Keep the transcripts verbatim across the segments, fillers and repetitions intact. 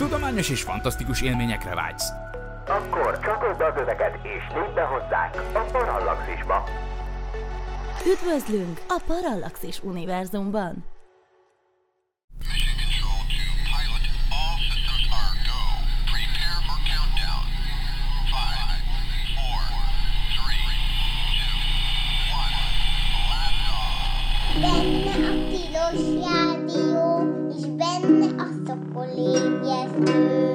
Tudományos és fantasztikus élményekre vágysz? Akkor csatold az öveket és lépj be hozzánk a Parallaxisba! Üdvözlünk a Parallaxis univerzumban! Benne a tilos rádió, és benne a szokolébresztő.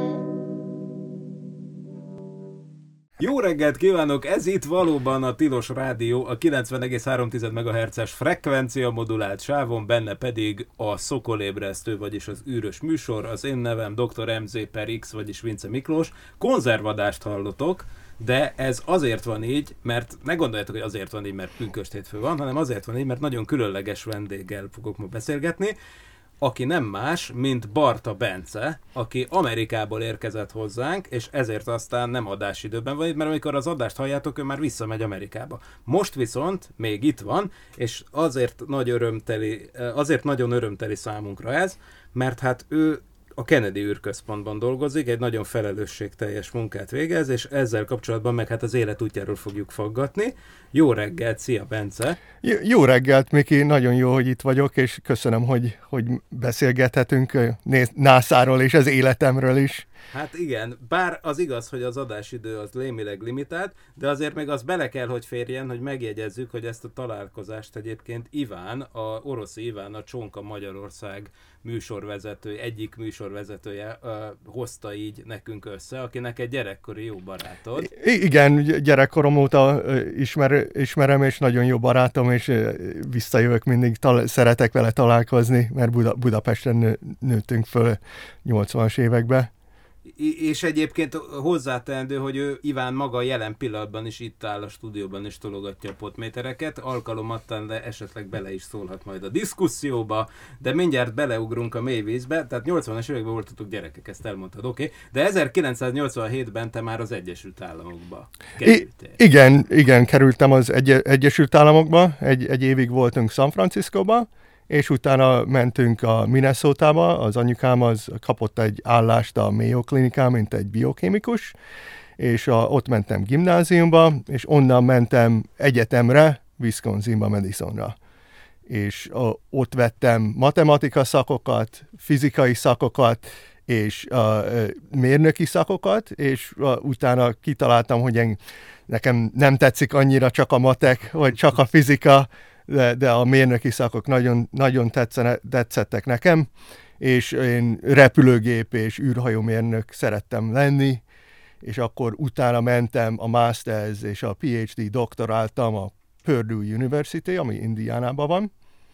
Jó reggelt kívánok! Ez itt valóban a Tilos Rádió, a kilencven egész három megahertzes frekvencia modulált sávon, benne pedig a szokolébresztő, vagyis az űrös műsor. Az én nevem doktor em zé per X, vagyis Vince Miklós. Konzervadást hallotok, de ez azért van így, mert ne gondoljátok, hogy azért van így, mert pünkösd hétfő van, hanem azért van így, mert nagyon különleges vendéggel fogok ma beszélgetni, aki nem más, mint Barta Bence, aki Amerikából érkezett hozzánk, és ezért aztán nem adásidőben van itt, mert amikor az adást halljátok, ő már visszamegy Amerikába. Most viszont még itt van, és azért, nagy örömteli, azért nagyon örömteli számunkra ez, mert hát ő a Kennedy űrközpontban dolgozik, egy nagyon felelősségteljes munkát végez, és ezzel kapcsolatban meg hát az életútjáról fogjuk faggatni. Jó reggelt, szia Bence! J- jó reggelt, Miki, nagyon jó, hogy itt vagyok, és köszönöm, hogy, hogy beszélgethetünk nászáról és az életemről is. Hát igen, bár az igaz, hogy az adásidő az lémileg limitált, de azért még az bele kell, hogy férjen, hogy megjegyezzük, hogy ezt a találkozást egyébként Iván, a Oroszi Iván, a Csonka Magyarország műsorvezető, egyik műsorvezetője uh, hozta így nekünk össze, akinek egy gyerekkori jó barátod. I- igen, gyerekkorom óta ismer, ismerem, és nagyon jó barátom, és visszajövök mindig, tal- szeretek vele találkozni, mert Buda- Budapesten nő- nőttünk föl nyolcvanas években. És egyébként hozzáteendő, hogy ő Iván maga jelen pillanatban is itt áll a stúdióban és tologatja a potmétereket, alkalomattán, de esetleg bele is szólhat majd a diszkuszióba, de mindjárt beleugrunk a mélyvízbe, tehát nyolcvanas években voltatok gyerekek, ezt elmondtad, oké, okay. De ezerkilencszáznyolcvanhétben te már az Egyesült Államokba kerültél. I- igen, igen, kerültem az egy- Egyesült Államokba, egy, egy évig voltunk San Franciscoba, és utána mentünk a Minnesotába, az anyukám az kapott egy állást a Mayo Klinikán, mint egy biokémikus, és a, ott mentem gimnáziumba, és onnan mentem egyetemre, Wisconsinba, Madisonra. És a, ott vettem matematika szakokat, fizikai szakokat, és a, a mérnöki szakokat, és a, utána kitaláltam, hogy en, nekem nem tetszik annyira csak a matek, vagy csak a fizika, De, de a mérnöki szakok nagyon, nagyon tetszene, tetszettek nekem, és én repülőgép és űrhajómérnök szerettem lenni, és akkor utána mentem a Masters és a pé há dé doktoráltam a Purdue University, ami Indiánában van,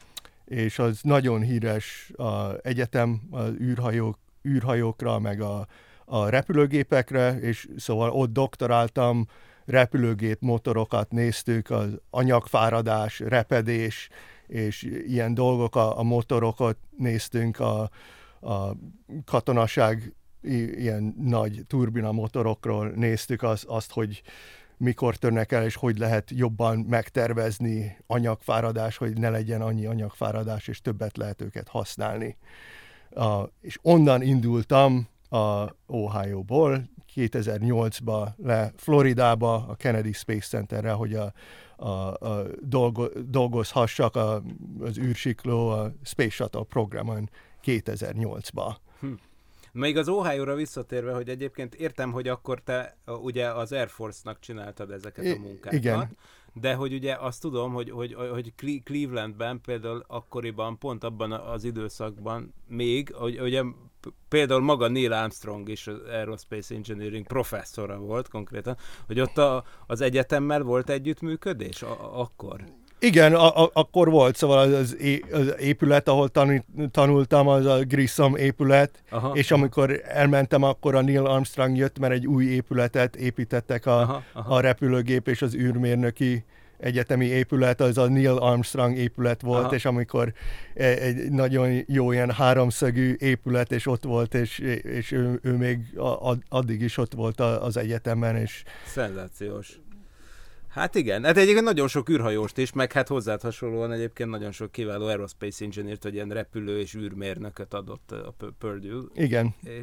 és az nagyon híres a egyetem az űrhajók, űrhajókra, meg a, a repülőgépekre, és szóval ott doktoráltam, repülőgép motorokat néztük, az anyagfáradás, repedés, és ilyen dolgok, a, a motorokat néztünk, a, a katonaság ilyen nagy turbina motorokról néztük az, azt, hogy mikor törnek el, és hogy lehet jobban megtervezni anyagfáradás, hogy ne legyen annyi anyagfáradás, és többet lehet őket használni. Uh, és onnan indultam a Ohio-ból, kétezer-nyolcban le Floridába, a Kennedy Space Centerre, hogy a, a, a dolgo, dolgozhassak a, az űrsikló, a Space Shuttle programon kétezer-nyolcban. Hm. Még az Ohio-ra visszatérve, hogy egyébként értem, hogy akkor te ugye az Air Force-nak csináltad ezeket a munkákat. Igen. De hogy ugye azt tudom, hogy, hogy, hogy Clevelandben például akkoriban, pont abban az időszakban még, hogy ugye például maga Neil Armstrong is az Aerospace Engineering professzora volt konkrétan, hogy ott a, az egyetemmel volt együttműködés a, akkor? Igen, a, a, akkor volt, szóval az, az, é, az épület, ahol tanít, tanultam, az a Grissom épület, aha, és amikor elmentem, akkor a Neil Armstrong jött, mert egy új épületet építettek a, aha, aha. a repülőgép és az űrmérnöki egyetemi épület, az a Neil Armstrong épület volt, aha, és amikor egy nagyon jó ilyen háromszögű épület, és ott volt, és, és ő, ő még addig is ott volt az egyetemen. És... Szenzációs. Hát igen, hát egyébként nagyon sok űrhajóst is, meg hát hozzád hasonlóan egyébként nagyon sok kiváló aerospace engineert, vagy ilyen repülő és űrmérnököt adott a Purdue. Igen.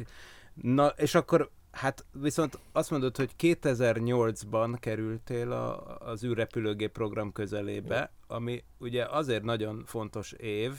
Na, és akkor, hát viszont azt mondod, hogy kétezer-nyolcban kerültél a, az űrrepülőgép program közelébe, ami ugye azért nagyon fontos év,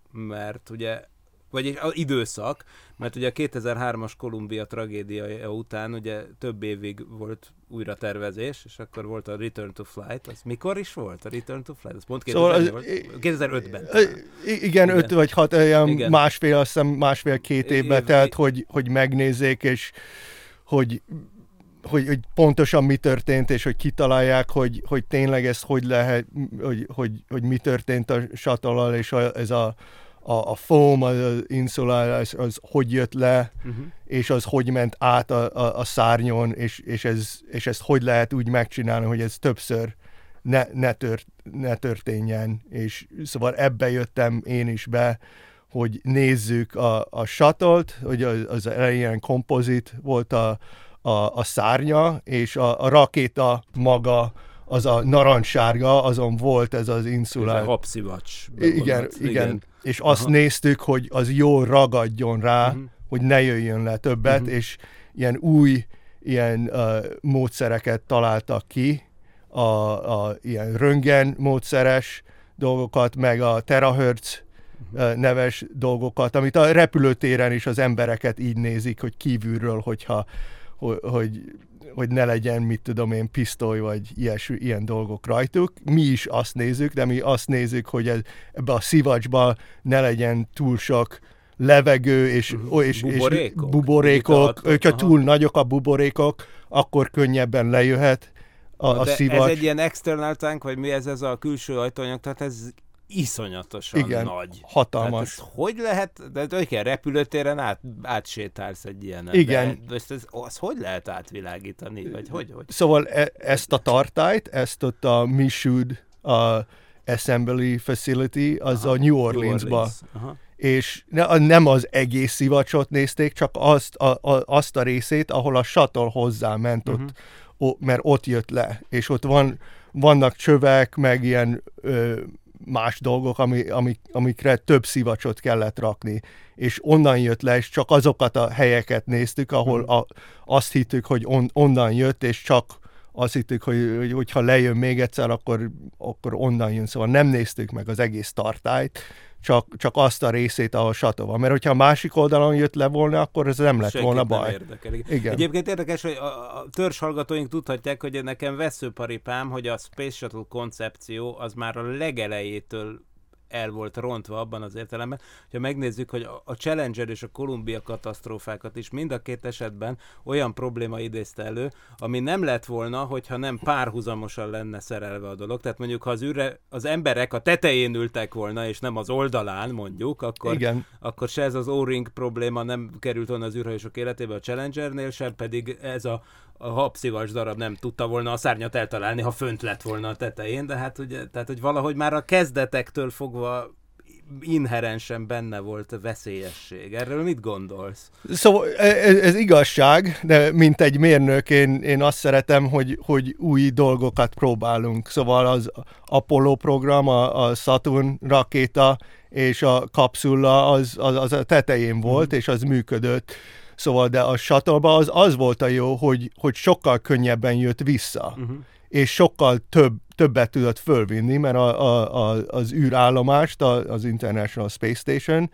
mert ugye, vagy az időszak, mert ugye a kétezer-hármas Columbia tragédiája után ugye több évig volt újra tervezés, és akkor volt a Return to Flight. Az mikor is volt a Return to Flight? Az pont kétezer-nyolc szóval volt? kétezer-ötben. Igen, igen, öt vagy hat, ilyen másfél, azt hiszem másfél-két évbe év, telt, hogy, hogy megnézzék, és hogy, hogy, hogy pontosan mi történt, és hogy kitalálják, hogy, hogy tényleg ez hogy lehet, hogy, hogy, hogy mi történt a shuttle-al, és a, ez a A, a foam, az insulálás, az hogy jött le, uh-huh. és az hogy ment át a, a, a szárnyon, és, és, ez, és ezt hogy lehet úgy megcsinálni, hogy ez többször ne, ne, tört, ne történjen. És szóval ebbe jöttem én is be, hogy nézzük a, a shuttle-t, hogy az, az ilyen kompozit volt a, a, a szárnya, és a, a rakéta maga, az a narancssárga, azon volt ez az insulál. Ez a habszivacs. Igen, igen, igen. És azt Aha. néztük, hogy az jól ragadjon rá, uh-huh. hogy ne jöjjön le többet, uh-huh. és ilyen új ilyen uh, módszereket találtak ki, a, a ilyen röntgen módszeres dolgokat, meg a terahertz uh-huh. uh, neves dolgokat, amit a repülőtéren is az embereket így nézik, hogy kívülről, hogyha hogy, hogy hogy ne legyen, mit tudom én, pisztoly, vagy ilyes, ilyen dolgok rajtuk. Mi is azt nézzük, de mi azt nézzük, hogy ez, ebbe a szivacsba ne legyen túl sok levegő, és, uh-huh. és, buborékok. és buborékok. Hogyha túl nagyok a buborékok, akkor könnyebben lejöhet a, a szivacs. Ez egy ilyen external tank, vagy mi ez, ez a külső ajtóanyag, tehát ez iszonyatosan igen, nagy. Hatalmas. Tehát hogy lehet, de hogy kell repülőtéren át, átsétálsz egy ilyenen? Igen. De ezt, ez, az hogy lehet átvilágítani? Vagy hogy, hogy? Szóval e, ezt a tartályt, ezt ott a Michoud a Assembly Facility, az Aha, a New Orleans-ba. Orleans. És ne, nem az egész szivacsot nézték, csak azt a, a, azt a részét, ahol a shuttle hozzá ment uh-huh. ott, o, mert ott jött le. És ott van, vannak csövek, meg ilyen ö, más dolgok, ami, amik, amikre több szivacsot kellett rakni. És onnan jött le, és csak azokat a helyeket néztük, ahol a, azt hittük, hogy on, onnan jött, és csak azt hittük, hogy, hogy hogyha lejön még egyszer, akkor, akkor onnan jön. Szóval nem néztük meg az egész tartályt, csak, csak azt a részét, ahol shuttle van. Mert hogyha a másik oldalon jött le volna, akkor ez nem lett Senkit volna nem baj. Érdekel, igen. Igen. Egyébként érdekes, hogy a, a törzshallgatóink tudhatják, hogy nekem veszőparipám, hogy a Space Shuttle koncepció az már a legelejétől el volt rontva abban az értelemben, hogyha megnézzük, hogy a Challenger és a Columbia katasztrófákat is mind a két esetben olyan probléma idézte elő, ami nem lett volna, hogyha nem párhuzamosan lenne szerelve a dolog. Tehát mondjuk, ha az, űrre, az emberek a tetején ültek volna, és nem az oldalán mondjuk, akkor, akkor se ez az O-ring probléma nem került volna az űrhajósok életébe a Challengernél, sem pedig ez a a habszivacs darab nem tudta volna a szárnyat eltalálni, ha fönt lett volna a tetején, de hát ugye, tehát hogy valahogy már a kezdetektől fogva inherensen benne volt a veszélyesség. Erről mit gondolsz? Szóval ez, ez igazság, de mint egy mérnök, én, én azt szeretem, hogy, hogy új dolgokat próbálunk. Szóval az Apollo program, a, a Saturn rakéta és a kapszula az, az, az a tetején volt, mm. és az működött. Szóval, de a shuttle-ba az, az volt a jó, hogy, hogy sokkal könnyebben jött vissza, uh-huh. és sokkal több, többet tudott fölvinni, mert a, a, a, az űrállomást, az International Space Station,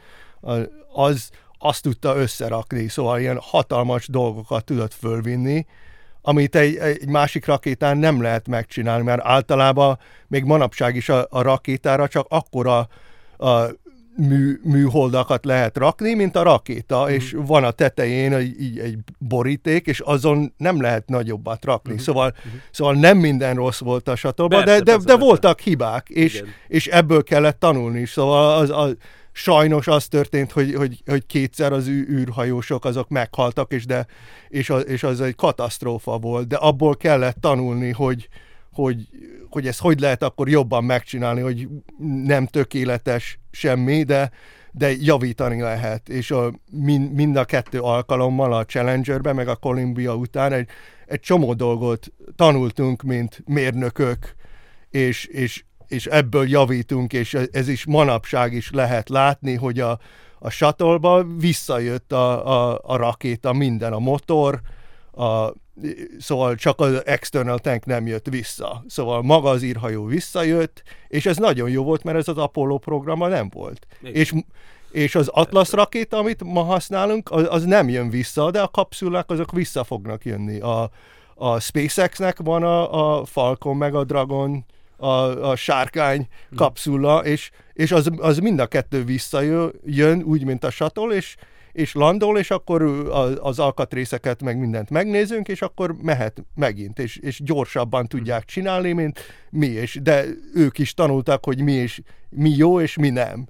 az azt tudta összerakni, szóval ilyen hatalmas dolgokat tudott fölvinni, amit egy, egy másik rakétán nem lehet megcsinálni, mert általában még manapság is a, a rakétára csak akkora a Mű, műholdakat lehet rakni, mint a rakéta, mm. és van a tetején egy, egy boríték, és azon nem lehet nagyobbat rakni. Mm. Szóval, mm. szóval nem minden rossz volt a shuttle-ban, de, de, de voltak hibák, és, és ebből kellett tanulni. Szóval az, az, sajnos az történt, hogy, hogy, hogy kétszer az űrhajósok azok meghaltak, és, de, és, az, és az egy katasztrófa volt, de abból kellett tanulni, hogy Hogy, hogy ezt hogy lehet akkor jobban megcsinálni, hogy nem tökéletes semmi, de, de javítani lehet. És a, mind, mind a kettő alkalommal a Challengerben, meg a Columbia után egy, egy csomó dolgot tanultunk, mint mérnökök, és, és, és ebből javítunk, és ez is manapság is lehet látni, hogy a, a shuttle-ba visszajött a, a, a rakéta, minden, a motor, a, szóval csak az external tank nem jött vissza. Szóval maga az űrhajó visszajött, és ez nagyon jó volt, mert ez az Apollo programban nem volt. És, és az Atlas rakéta, amit ma használunk, az, az nem jön vissza, de a kapszulák azok vissza fognak jönni. A, a SpaceX-nek van a, a Falcon meg a Dragon, a, a sárkány kapszula, és, és az, az mind a kettő visszajön, úgy, mint a shuttle, és, és landol, és akkor az, az alkatrészeket meg mindent megnézünk, és akkor mehet megint, és, és gyorsabban tudják csinálni, mint mi, és de ők is tanultak, hogy mi, és, mi jó, és mi nem.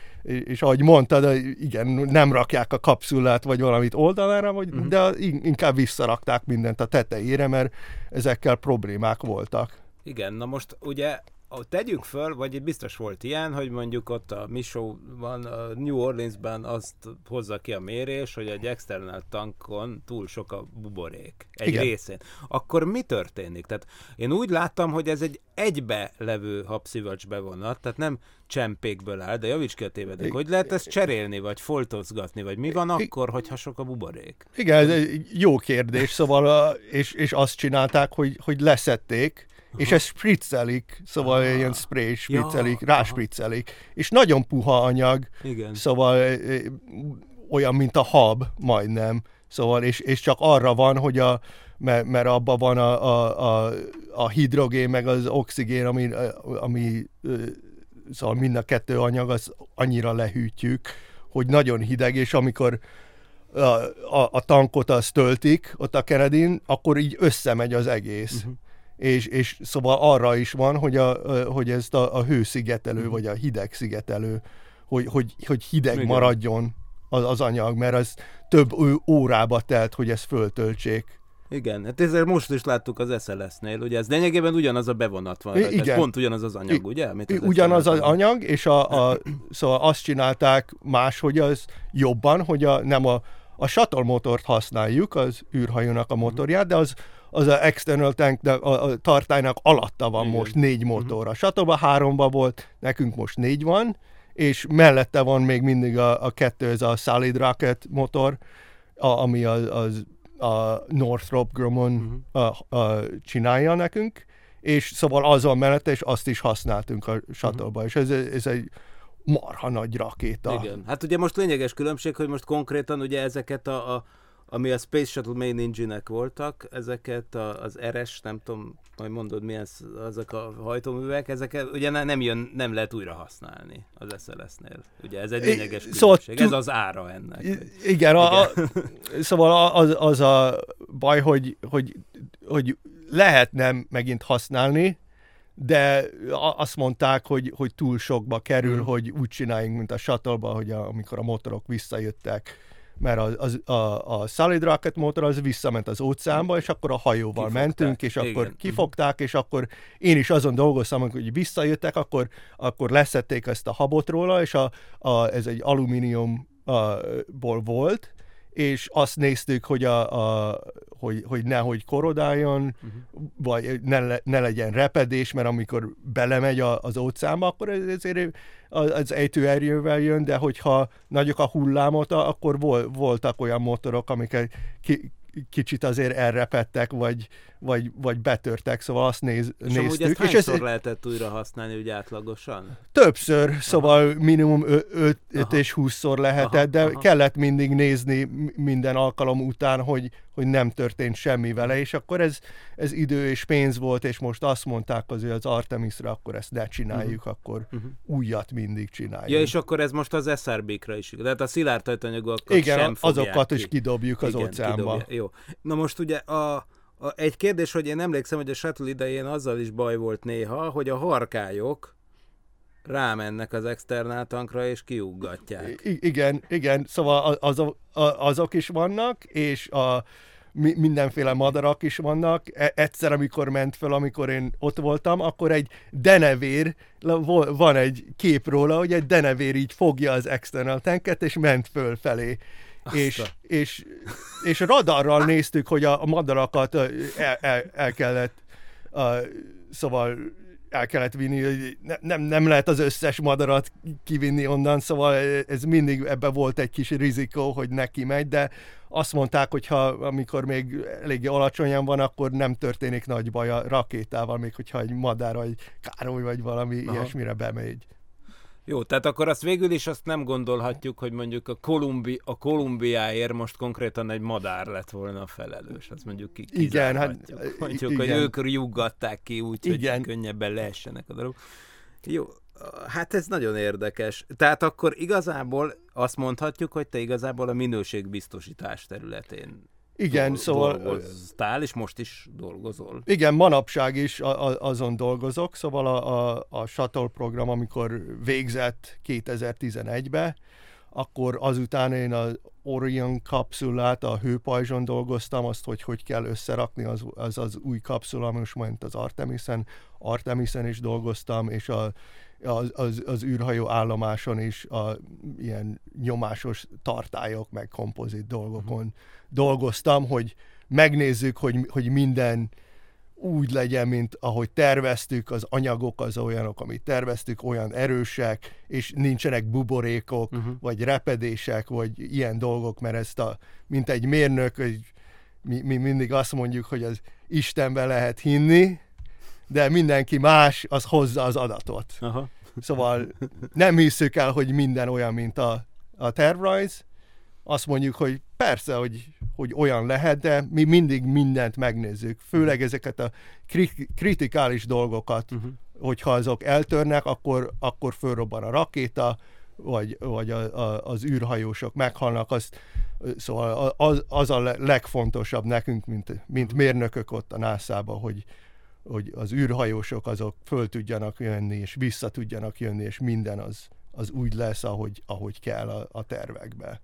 És ahogy mondtad, igen, nem rakják a kapszulát, vagy valamit oldalára, vagy, uh-huh. de inkább visszarakták mindent a tetejére, mert ezekkel problémák voltak. Igen, na most ugye tegyük föl, vagy itt biztos volt ilyen, hogy mondjuk ott a Missouri-ban, a New Orleansban azt hozza ki a mérés, hogy egy external tankon túl sok a buborék egy Igen. részén. Akkor mi történik? Tehát én úgy láttam, hogy ez egy egybe levő habszivacs bevonat, tehát nem csempékből áll, de javíts ki a tévedek. Hogy lehet ezt cserélni, vagy foltozgatni, vagy mi van akkor, hogyha sok a buborék? Igen, ez egy jó kérdés, szóval, és, és azt csinálták, hogy, hogy leszették, Aha. és ezt spriccelik, szóval ah. ilyen spray spriccelik, ja, ráspriccelik, és nagyon puha anyag, Igen. szóval e, olyan, mint a hab, majdnem, szóval, és, és csak arra van, hogy a, mert, mert abban van a, a, a, a hidrogén, meg az oxigén, ami, ami szóval mind a kettő anyag, az annyira lehűtjük, hogy nagyon hideg, és amikor a, a, a tankot azt töltik, ott a Kennedyn, akkor így összemegy az egész. Uh-huh. És, és szóval arra is van, hogy, a, hogy ezt a, a hőszigetelő, mm. vagy a hideg szigetelő, hogy, hogy, hogy hideg Igen. maradjon az, az anyag, mert az több órába telt, hogy ezt föltöltsék. Igen, hát ezzel most is láttuk az es el es-nél, ugye ez lényegében ugyanaz a bevonat van, Igen. tehát pont ugyanaz az anyag, ugye? Amit az ugyanaz az anyag, és a, a, szóval azt csinálták máshogy az jobban, hogy a, nem a, a shuttle motort használjuk, az űrhajónak a motorját, de az az a external tank, a, a tartálynak alatta van Igen. most négy motor. A shuttle-ban háromba volt, nekünk most négy van, és mellette van még mindig a, a kettő, ez a solid rocket motor, a, ami az, az a Northrop Grumman uh-huh. a, a, csinálja nekünk, és szóval az van mellette, és azt is használtunk a shuttle-ba, uh-huh. és ez, ez egy marha nagy rakéta. Igen. Hát ugye most lényeges különbség, hogy most konkrétan ugye ezeket a, a ami a Space Shuttle Main Engine-ek voltak, ezeket a, az er es, nem tudom, majd mondod, mi ez, azok a hajtóművek, ezeket ugye ne, nem jön, nem lehet újra használni az es el es-nél. Ugye ez egy lényeges különbség. Szóval ez az ára ennek. Igen, igen. A, a, szóval az, az a baj, hogy, hogy, hogy lehet nem megint használni, de azt mondták, hogy, hogy túl sokba kerül, hmm. hogy úgy csináljunk, mint a shuttle-ba, hogy a, amikor a motorok visszajöttek, mert az, az, a, a solid rocket motor az visszament az óceánba, és akkor a hajóval kifogták. mentünk, és akkor Igen. kifogták, és akkor én is azon dolgoztam, hogy visszajöttek, akkor, akkor leszették ezt a habot róla, és a, a, ez egy alumíniumból volt, és azt néztük, hogy, a, a, hogy, hogy nehogy korodáljon, uh-huh. vagy ne, le, ne legyen repedés, mert amikor belemegy a, az óceánba, akkor ezért az ejtőerővel jön, de hogyha nagyok a hullámot, akkor vol, voltak olyan motorok, amiket ki, kicsit azért elrepedtek, vagy, vagy, vagy betörtek, szóval azt néz, és néztük. Ezt és hányszor ez lehetett újra használni, úgy átlagosan? Többször, aha. szóval minimum öt és húszszor lehetett, aha, de aha. kellett mindig nézni minden alkalom után, hogy, hogy nem történt semmi vele, és akkor ez, ez idő és pénz volt, és most azt mondták azért az Artemisra, akkor ezt ne csináljuk, uh-huh. akkor uh-huh. újat mindig csináljuk. Ja, és akkor ez most az es er bé-kre is, tehát a szilárd tajtanyagokat Igen, sem fogják azokat ki. is kidobjuk az Igen, óceánba. Kidobja. Jó. Na most ugye a, a, egy kérdés, hogy én emlékszem, hogy a shuttle idején azzal is baj volt néha, hogy a harkályok rámennek az externál tankra és kiuggatják. I- igen, igen, szóval az, az, azok is vannak, és a mi, mindenféle madarak is vannak. Egyszer, amikor ment fel, amikor én ott voltam, akkor egy denevér, van egy kép róla, hogy egy denevér így fogja az external tanket, és ment föl felé. És, és, és radarral néztük, hogy a, a madarakat el, el, el kellett, uh, szóval el kellett vinni, hogy ne, nem, nem lehet az összes madarat kivinni onnan, szóval ez mindig ebben volt egy kis rizikó, hogy neki megy, de azt mondták, hogy ha amikor még eléggé alacsonyan van, akkor nem történik nagy baj a rakétával, még hogyha egy madár, vagy Károly, vagy valami Aha. ilyesmire bemegy. Jó, tehát akkor azt végül is azt nem gondolhatjuk, hogy mondjuk a, Kolumbi, a Kolumbiáért most konkrétan egy madár lett volna a felelős. Azt mondjuk ki, igen, hát, mondjuk, igen. hogy ők rjuggatták ki úgy, igen. hogy könnyebben leessenek a darab. Jó, hát ez nagyon érdekes. Tehát akkor igazából azt mondhatjuk, hogy te igazából a minőségbiztosítás területén igen, dol- szóval dolgoztál, és most is dolgozol. Igen, manapság is a, a, azon dolgozok, szóval a, a, a Shuttle program, amikor végzett kétezer-tizenegyben, akkor azután én az Orion kapszulát, a hőpajzson dolgoztam, azt, hogy hogy kell összerakni az az, az új kapszula, most majd az Artemisen, Artemisen is dolgoztam, és a Az, az, az űrhajó állomáson is a ilyen nyomásos tartályok, meg kompozit dolgokon uh-huh. dolgoztam, hogy megnézzük, hogy, hogy minden úgy legyen, mint ahogy terveztük, az anyagok az olyanok, amit terveztük, olyan erősek, és nincsenek buborékok, uh-huh. vagy repedések, vagy ilyen dolgok, mert ezt a, mint egy mérnök, hogy mi, mi mindig azt mondjuk, hogy az Istenben lehet hinni, de mindenki más, az hozza az adatot. Aha. Szóval nem hiszük el, hogy minden olyan, mint a, a tervrajz. Azt mondjuk, hogy persze, hogy, hogy olyan lehet, de mi mindig mindent megnézzük. Főleg ezeket a kritikális dolgokat, uh-huh. hogyha azok eltörnek, akkor, akkor fölrobban a rakéta, vagy, vagy a, a, az űrhajósok meghalnak. Azt, szóval az, az a legfontosabb nekünk, mint, mint mérnökök ott a nászában, hogy hogy az űrhajósok azok föl tudjanak jönni, és vissza tudjanak jönni, és minden az, az úgy lesz, ahogy, ahogy kell a, a tervekbe.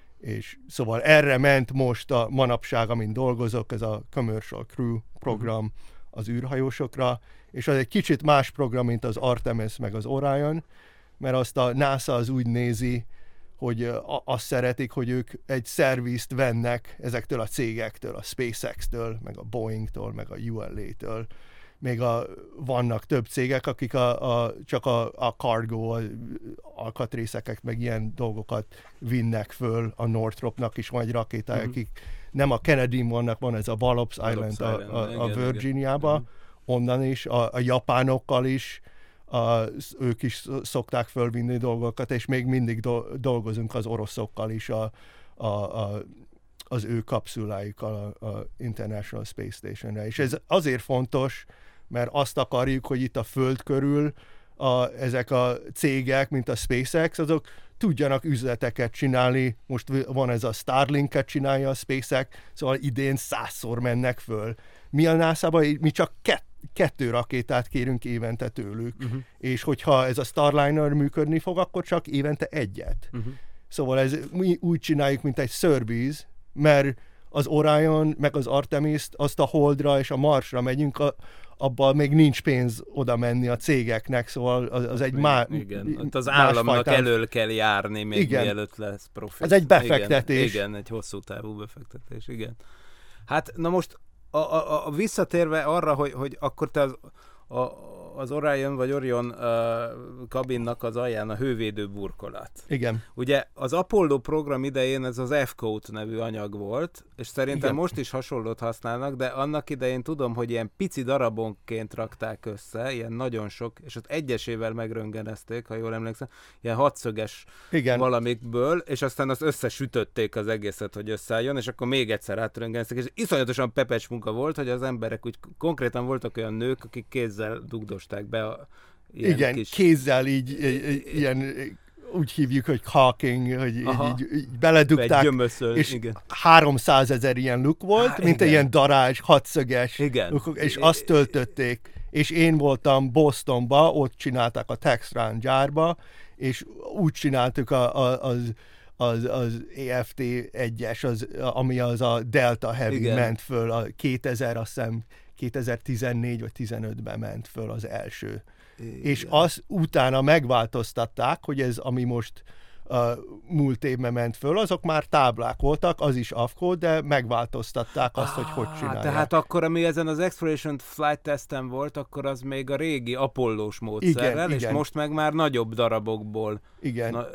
És szóval erre ment most a manapság, amin dolgozok, ez a Commercial Crew program az űrhajósokra, és az egy kicsit más program, mint az Artemis meg az Orion, mert azt a NASA az úgy nézi, hogy azt szeretik, hogy ők egy szervizt vennek ezektől a cégektől, a SpaceX-től, meg a Boeing-től, meg a U L A-től. Még a, vannak több cégek, akik a, a, csak a, a cargo, a alkatrészeket, meg ilyen dolgokat vinnek föl. A Northropnak is van egy rakétája, uh-huh. akik nem a Kennedy-n vannak, van ez a Wallops Island, Island a, a, a Virginiába, uh-huh. onnan is, a, a japánokkal is, A, ők is szokták fölvinni dolgokat, és még mindig do, dolgozunk az oroszokkal is a, a, a, az ő kapszuláikkal a, a International Space Station-re. És ez azért fontos, mert azt akarjuk, hogy itt a Föld körül a, ezek a cégek, mint a SpaceX, azok tudjanak üzleteket csinálni. Most van ez a Starlink-et csinálja a SpaceX, szóval idén százszor mennek föl. Mi a nászában, mi csak kettő kettő rakétát kérünk évente tőlük, uh-huh. és hogyha ez a Starliner működni fog, akkor csak évente egyet. Uh-huh. Szóval ez, mi úgy csináljuk, mint egy Soyuz, mert az Orion, meg az Artemis-t, azt a Holdra és a Marsra megyünk, a, abban még nincs pénz oda menni a cégeknek, szóval az, az egy má, igen, ott az államnak fajtán... elől kell járni, még igen. mielőtt lesz profit. Ez egy befektetés. Igen, igen, egy hosszú távú befektetés, igen. Hát, na most A, a, a visszatérve arra, hogy, hogy akkor te az, a, az Orion vagy Orion uh, kabinnak az alján a hővédő burkolat. Igen. Ugye az Apollo program idején ez az F-Coat nevű anyag volt, és szerintem igen. most is hasonlót használnak, de annak idején tudom, hogy ilyen pici darabonként rakták össze, ilyen nagyon sok, és ott egyesével megröntgenezték, ha jól emlékszem, ilyen hatszöges igen. valamikből, és aztán azt összesütötték az egészet, hogy összeálljon, és akkor még egyszer átröntgenezték, és iszonyatosan pepecs munka volt, hogy az emberek úgy konkrétan voltak olyan nők, akik kézzel dugdosták be a ilyen igen, kis... kézzel így, így ilyen, úgy hívjuk, hogy caulking, hogy így, így beledugták, és igen. háromszázezer ilyen luk volt, Há, mint igen. egy ilyen darázs, hatszöges igen. lukok, és azt töltötték. És én voltam Bostonba, ott csinálták a Textron gyárba, és úgy csináltuk a, a, az az, az E F T egyes, az, ami az a Delta Heavy igen. ment föl, a kétezer, azt hiszem kétezer-tizennégy vagy tizenötben ment föl az első. Igen. És azt utána megváltoztatták, hogy ez, ami most uh, múlt évben ment föl, azok már táblák voltak, az is afkó, de megváltoztatták azt, ah, hogy hogy csinálják. Tehát akkor, ami ezen az Exploration Flight Testen volt, akkor az még a régi Apollós módszerrel, és igen. most meg már nagyobb darabokból, igen. Na,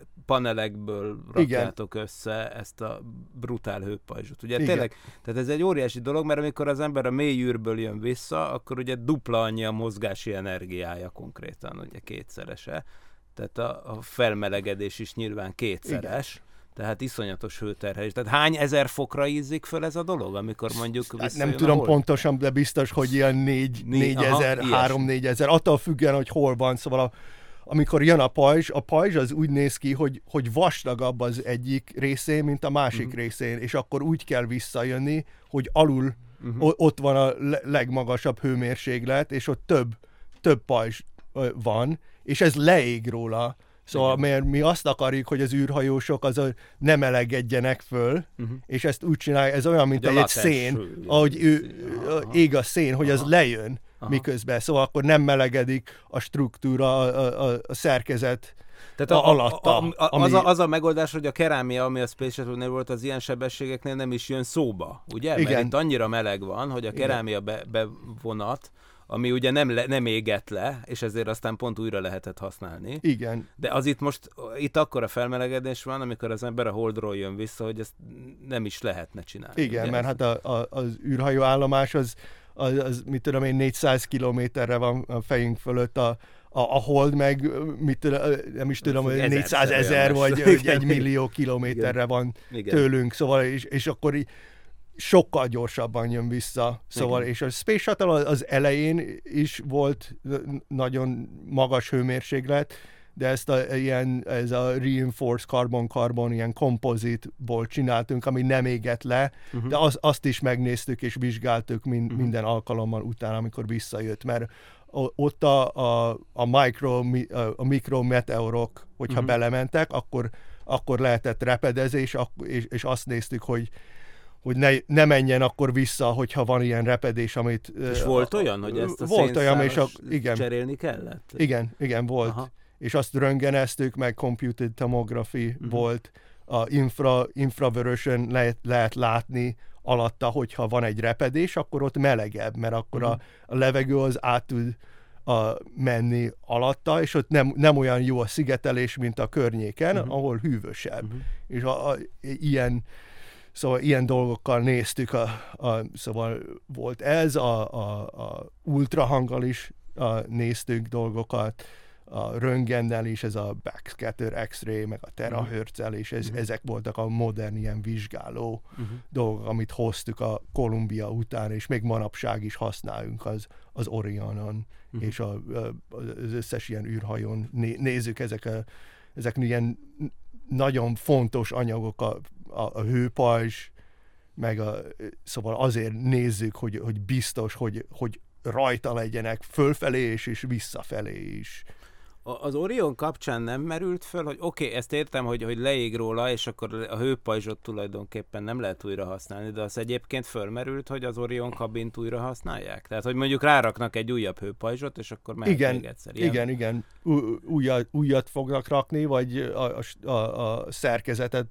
panelekből rakjátok igen. össze ezt a brutál hőpajzsot. Ugye igen. tényleg, tehát ez egy óriási dolog, mert amikor az ember a mély űrből jön vissza, akkor ugye dupla annyi a mozgási energiája konkrétan, ugye kétszerese. Tehát a, a felmelegedés is nyilván kétszeres. Igen. Tehát iszonyatos hőterhelés. Tehát hány ezer fokra ízzik föl ez a dolog, amikor mondjuk hát nem tudom pontosan, de biztos, hogy ilyen négy, négyezer, három-négy ezer, attól függően, hogy hol van. Szóval a, amikor jön a pajzs, a pajzs az úgy néz ki, hogy, hogy vastagabb az egyik részén, mint a másik uh-huh. részén, és akkor úgy kell visszajönni, hogy alul uh-huh. ott van a legmagasabb hőmérséklet, és ott több, több pajzs van, és ez leég róla. Szóval, igen. mert mi azt akarjuk, hogy az űrhajósok azon ne melegedjenek föl, uh-huh. és ezt úgy csinálja, ez olyan, mint egy szén, hő, ahogy ő, ég a szén, hogy aha. az lejön aha. miközben. Szóval akkor nem melegedik a struktúra, a, a, a szerkezet tehát a, alatta. A, a, ami... az, a, az a megoldás, hogy a kerámia, ami a Space Shuttle-nél volt, az ilyen sebességeknél nem is jön szóba, ugye? Igen. Mert itt annyira meleg van, hogy a kerámia be, bevonat, ami ugye nem, le, nem égett le, és ezért aztán pont újra lehetett használni. Igen. De az itt most, itt akkora felmelegedés van, amikor az ember a Holdról jön vissza, hogy ezt nem is lehetne csinálni. Igen, ugye? mert hát a, a, az űrhajó állomás az, az, az, mit tudom én, négyszáz kilométerre van a fejünk fölött, a, a, a Hold meg, mit tudom, nem is tudom, hogy négyszázezer vagy egy millió kilométerre igen. van igen. tőlünk, szóval, és, és akkor így sokkal gyorsabban jön vissza. Szóval, igen. és a Space Shuttle az elején is volt nagyon magas hőmérséklet, de ezt a, ilyen, ez a reinforced carbon-carbon, ilyen kompozitból csináltunk, ami nem égett le, uh-huh. de az, azt is megnéztük és vizsgáltuk mind, uh-huh. minden alkalommal utána, amikor visszajött, mert ott a, a, a, micro, a mikrometeorok, hogyha uh-huh. belementek, akkor, akkor lehetett repedezés, és, és azt néztük, hogy hogy ne, ne menjen akkor vissza, hogyha van ilyen repedés, amit... És uh, volt olyan, hogy ezt a volt olyan, és a, igen, cserélni kellett? Igen, igen, volt. Aha. És azt röntgeneztük, meg computed tomography uh-huh. volt, a infra, infravörösön lehet, lehet látni alatta, hogyha van egy repedés, akkor ott melegebb, mert akkor uh-huh. a, a levegő az át tud a, menni alatta, és ott nem, nem olyan jó a szigetelés, mint a környéken, uh-huh. ahol hűvösebb. Uh-huh. És a, a, ilyen Szóval ilyen dolgokkal néztük, a, a, szóval volt ez, a, a, a ultrahanggal is a, néztük dolgokat, a röntgennel is, ez a backscatter X-ray, meg a terahertzel, és ez, uh-huh. ezek voltak a modern ilyen vizsgáló uh-huh. dolgok, amit hoztuk a Columbia után, és még manapság is használunk az, az Orionon, uh-huh. és a, az összes ilyen űrhajón né, nézzük ezek a, ezek ilyen nagyon fontos anyagok, a, a, a hőpajzs, meg a, szóval azért nézzük, hogy, hogy biztos, hogy, hogy rajta legyenek fölfelé és, és visszafelé is. Az Orion kapcsán nem merült föl, hogy oké, okay, ezt értem, hogy, hogy leég róla, és akkor a hőpajzsot tulajdonképpen nem lehet újra használni, de az egyébként fölmerült, hogy az Orion kabint újra használják? Tehát, hogy mondjuk ráraknak egy újabb hőpajzsot, és akkor mehet igen, még egyszer. Ilyen? Igen, igen. Újat, újat fognak rakni, vagy a, a, a szerkezetet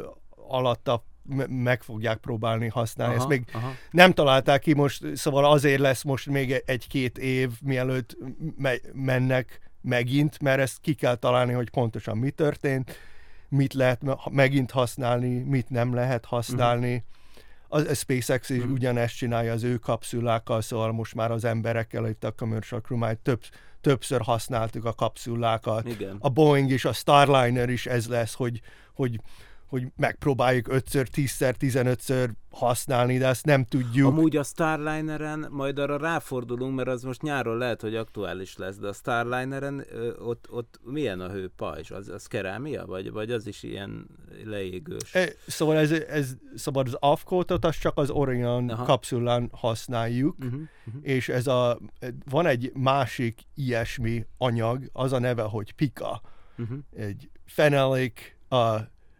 alatta meg fogják próbálni használni. Aha, Ezt még aha. nem találták ki most, szóval azért lesz most még egy-két év, mielőtt me- mennek megint, mert ezt ki kell találni, hogy pontosan mi történt, mit lehet megint használni, mit nem lehet használni. Uh-huh. A SpaceX is uh-huh. ugyanezt csinálja az ő kapszulákkal, szóval most már az emberekkel, itt a Commercial Crew már több, többször használtuk a kapszulákat. Igen. A Boeing és a Starliner is ez lesz, hogy, hogy hogy megpróbáljuk ötször, tízszer, tizenötször használni, de ezt nem tudjuk. Amúgy a Starlineren majd arra ráfordulunk, mert az most nyáron lehet, hogy aktuális lesz, de a Starlineren ö, ott, ott milyen a hőpajzs? Az, az kerámia? Vagy, vagy az is ilyen leégős? E, szóval, ez, ez, szóval az afkótot az csak az Orion Aha. kapszulán használjuk, uh-huh, uh-huh. és ez a, van egy másik ilyesmi anyag, az a neve, hogy Pika. Uh-huh. Egy phenolic a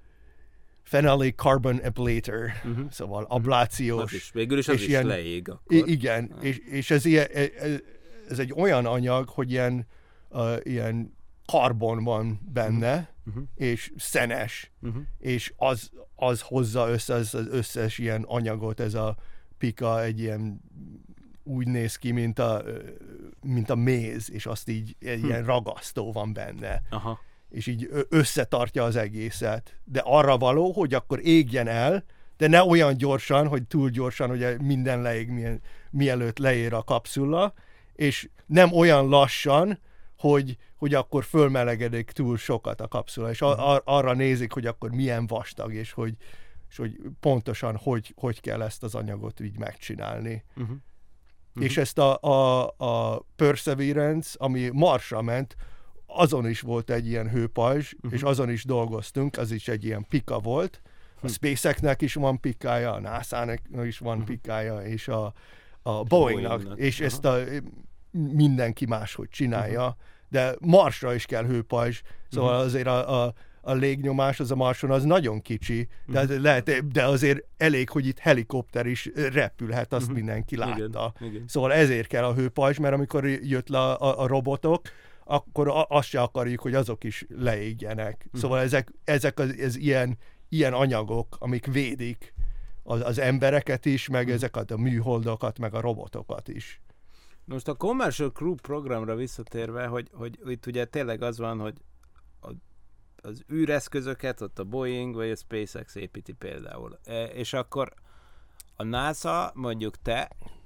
phenolic carbon ablator, uh-huh. szóval ablációs. Az is, végül is az is ilyen, leég akkor. Igen, ah. és, és ez, ilyen, ez egy olyan anyag, hogy ilyen, uh, ilyen karbon van benne, uh-huh. és szenes, uh-huh. és az, az hozza össze az, az összes ilyen anyagot, ez a pika egy ilyen úgy néz ki, mint a, mint a méz, és azt így egy hm. ilyen ragasztó van benne. Aha. És így összetartja az egészet. De arra való, hogy akkor égjen el, de ne olyan gyorsan, hogy túl gyorsan, hogy minden leég, milyen, mielőtt leér a kapszula, és nem olyan lassan, hogy, hogy akkor fölmelegedik túl sokat a kapszula, és ar- arra nézik, hogy akkor milyen vastag, és hogy, és hogy pontosan hogy, hogy kell ezt az anyagot így megcsinálni. Uh-huh. Uh-huh. És ezt a, a, a Perseverance, ami Marsra ment, azon is volt egy ilyen hőpajzs, uh-huh. és azon is dolgoztunk, az is egy ilyen pika volt. A SpaceX-nek is van pikája, a nászának is van uh-huh. pikája, és a, a Boeingnak, Boeingnak, és uh-huh. ezt a, mindenki máshogy csinálja, uh-huh. de Marsra is kell hőpajzs, szóval uh-huh. azért a, a, a légnyomás az a Marson az nagyon kicsi, de, uh-huh. lehet, de azért elég, hogy itt helikopter is repülhet, azt uh-huh. mindenki látta. Igen, igen. Szóval ezért kell a hőpajzs, mert amikor jött le a, a, a robotok, akkor azt se akarjuk, hogy azok is leégjenek. Uh-huh. Szóval ezek, ezek az, ez ilyen, ilyen anyagok, amik védik az, az embereket is, meg uh-huh. ezeket a műholdokat, meg a robotokat is. Most a Commercial Crew programra visszatérve, hogy, hogy itt ugye tényleg az van, hogy a, az űreszközöket ott a Boeing vagy a SpaceX építi például. E, és akkor a NASA, mondjuk te,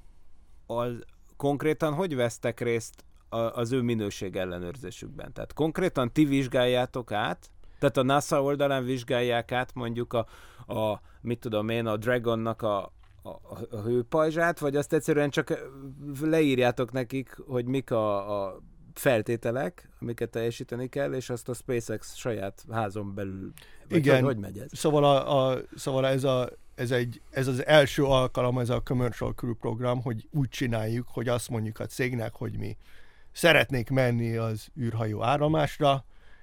az konkrétan hogy vesztek részt a, az ő minőség ellenőrzésükben? Tehát konkrétan ti vizsgáljátok át, tehát a NASA oldalán vizsgálják át mondjuk a, a mit tudom én, a Dragonnak a A, a hőpajzsát, vagy azt egyszerűen csak leírjátok nekik, hogy mik a, a feltételek, amiket teljesíteni kell, és azt a SpaceX saját házon belül, vagy igen, hogy, hogy megy ez? Szóval, a, a, szóval ez, a, ez, egy, ez az első alkalom, ez a Commercial Crew program, hogy úgy csináljuk, hogy azt mondjuk a cégnek, hogy mi szeretnék menni az űrhajó állomásra,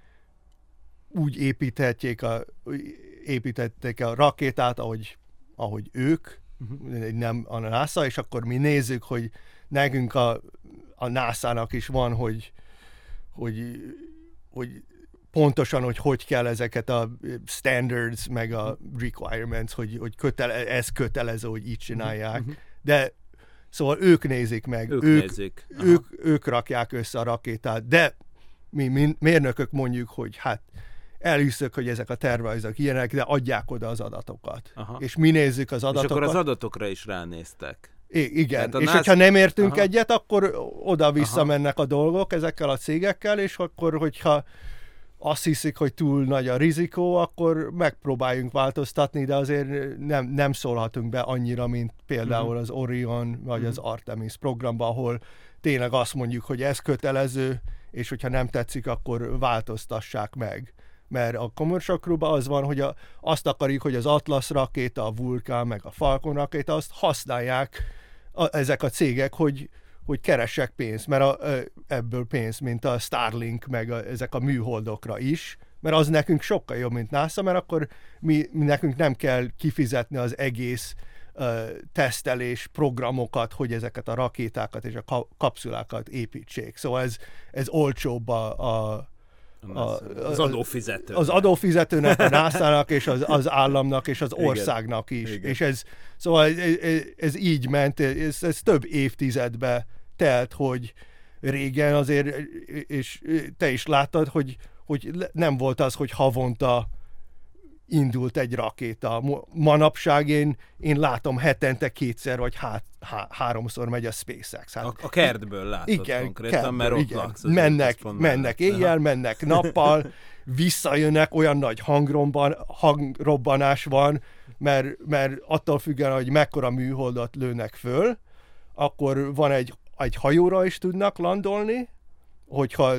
úgy építhetjék a, építették a rakétát, ahogy, ahogy ők, Uh-huh. nem a NASA, és akkor mi nézzük, hogy nekünk a, a nászának is van, hogy, hogy, hogy pontosan, hogy hogy kell ezeket a standards, meg a requirements, hogy, hogy kötele, ez kötelező, hogy így csinálják. Uh-huh. De szóval ők nézik meg, ők, ők, nézik. ők, ők rakják össze a rakétát, de mi, mi mérnökök mondjuk, hogy hát elhiszük, hogy ezek a tervezők ilyenek, de adják oda az adatokat. Aha. És mi nézzük az adatokat. És akkor az adatokra is ránéztek. I- igen, és nász... hogyha nem értünk Aha. egyet, akkor oda-vissza Aha. mennek a dolgok ezekkel a cégekkel, és akkor, hogyha azt hiszik, hogy túl nagy a rizikó, akkor megpróbáljunk változtatni, de azért nem, nem szólhatunk be annyira, mint például uh-huh. az Orion, vagy uh-huh. az Artemis programban, ahol tényleg azt mondjuk, hogy ez kötelező, és hogyha nem tetszik, akkor változtassák meg. Mert a Commercial Crew-ban az van, hogy a, azt akarjuk, hogy az Atlas rakéta, a Vulcan, meg a Falcon rakéta, azt használják a, ezek a cégek, hogy, hogy keressek pénzt, mert a, ebből pénz, mint a Starlink, meg a, ezek a műholdokra is, mert az nekünk sokkal jobb, mint NASA, mert akkor mi, mi nekünk nem kell kifizetni az egész uh, tesztelés programokat, hogy ezeket a rakétákat és a ka- kapszulákat építsék. Szóval ez, ez olcsóbb a, a A, az adófizetőnek. Az adófizetőnek, a nászának, és az, az államnak, és az országnak is. Igen. És ez, szóval ez, ez így ment, ez, ez több évtizedbe telt, hogy régen azért, és te is láttad, hogy, hogy nem volt az, hogy havonta indult egy rakéta. Manapság én, én látom hetente kétszer vagy hát, há, háromszor megy a SpaceX. Hát, a, a kertből látod igen, konkrétan, kertből, mert ott igen. laksz. Mennek, mennek éjjel, mennek nappal, visszajönnek, olyan nagy hangrobban, hangrobbanás van, mert, mert attól függően, hogy mekkora műholdat lőnek föl, akkor van egy, egy hajóra is tudnak landolni, hogyha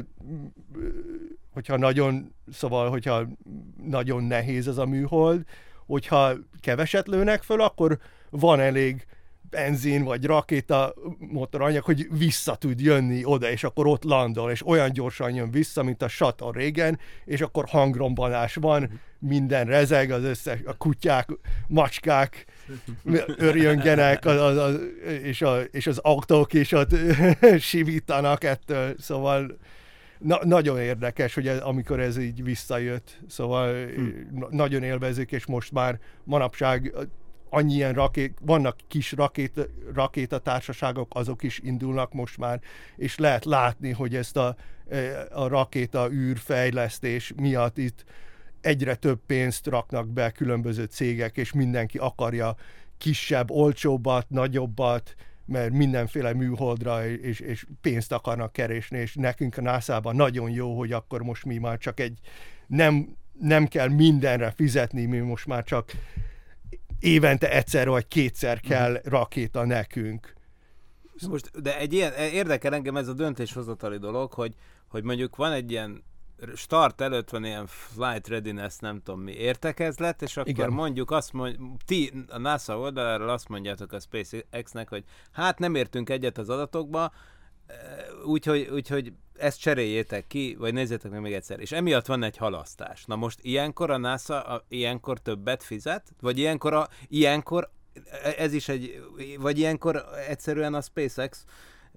hogyha nagyon, szóval, hogyha nagyon nehéz ez a műhold, hogyha keveset lőnek föl, akkor van elég benzin vagy rakéta motoranyag, hogy vissza tud jönni oda, és akkor ott landol, és olyan gyorsan jön vissza, mint a shuttle régen, és akkor hangrombanás van, minden rezeg, az összes, a kutyák, macskák örjöngenek, az, az, az, és, a, és az autók is ott sivítanak ettől, szóval na, nagyon érdekes, hogy ez, amikor ez így visszajött, szóval hmm. nagyon élvezik, és most már manapság annyi ilyen rakét, vannak kis rakét, rakétatársaságok, azok is indulnak most már, és lehet látni, hogy ezt a, a rakéta űrfejlesztés miatt itt egyre több pénzt raknak be különböző cégek, és mindenki akarja kisebb, olcsóbbat, nagyobbat, mert mindenféle műholdra és, és pénzt akarnak keresni, és nekünk a nászában nagyon jó, hogy akkor most mi már csak egy, nem, nem kell mindenre fizetni, mi most már csak évente egyszer vagy kétszer kell rakéta nekünk. Most, de egy ilyen, érdekel engem ez a döntéshozatali dolog, hogy, hogy mondjuk van egy ilyen start előtt van ilyen flight readiness, nem tudom mi, értekezlet, és akkor igen. mondjuk azt mondjuk, ti a NASA oldaláról azt mondjátok a SpaceX-nek, hogy hát nem értünk egyet az adatokba, úgyhogy, úgyhogy ezt cseréljétek ki, vagy nézzétek meg még egyszer. És emiatt van egy halasztás. Na most ilyenkor a NASA a, ilyenkor többet fizet? Vagy ilyenkor, a, ilyenkor ez is egy, vagy ilyenkor egyszerűen a SpaceX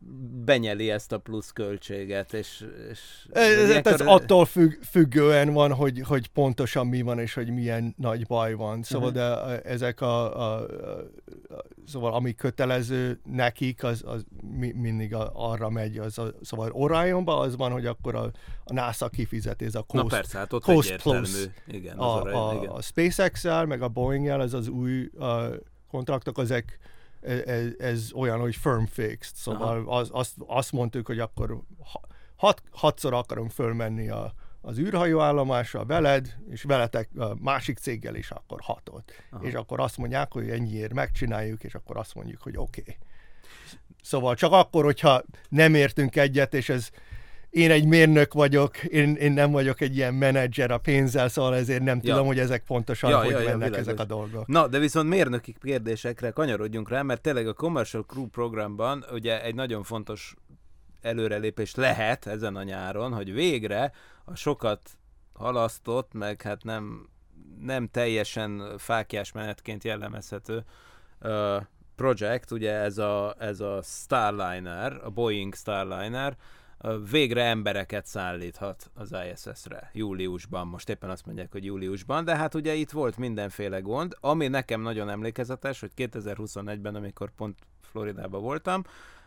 benyeli ezt a plusz költséget, és... és ez, ilyenkor... ez attól függ, függően van, hogy, hogy pontosan mi van, és hogy milyen nagy baj van. Szóval uh-huh. de ezek a, a, a, a szóval ami kötelező nekik, az, az mi, mindig a, arra megy. Az a, szóval Orionban az van, hogy akkor a, a NASA kifizeti, ez a Coast, Na persze, hát ott Coast egyértelmű. Plus. Igen, a, Orion, a, igen. a SpaceX-el, meg a Boeing-el, ez az új a, kontraktok, ezek Ez, ez olyan, hogy firm fixed, szóval az, azt, azt mondtuk, hogy akkor hat, hatszor akarunk fölmenni a, az űrhajóállomásra veled, és veletek a másik céggel is akkor hatot. Aha. És akkor azt mondják, hogy ennyiért megcsináljuk, és akkor azt mondjuk, hogy oké. Okay. Szóval csak akkor, hogyha nem értünk egyet, és ez én egy mérnök vagyok, én, én nem vagyok egy ilyen menedzser a pénzzel, szóval ezért nem ja. tudom, hogy ezek pontosan ja, hogy ja, mennek ja, ezek a dolgok. Na, de viszont mérnöki kérdésekre kanyarodjunk rá, mert tényleg a Commercial Crew programban ugye egy nagyon fontos előrelépés lehet ezen a nyáron, hogy végre a sokat halasztott, meg hát nem, nem teljesen fáklyás menetként jellemezhető uh, projekt, ugye ez a, ez a Starliner, a Boeing Starliner, végre embereket szállíthat az I S S-re júliusban, most éppen azt mondják, hogy júliusban, de hát ugye itt volt mindenféle gond, ami nekem nagyon emlékezetes, hogy kétezer-huszonegyben, amikor pont Floridában voltam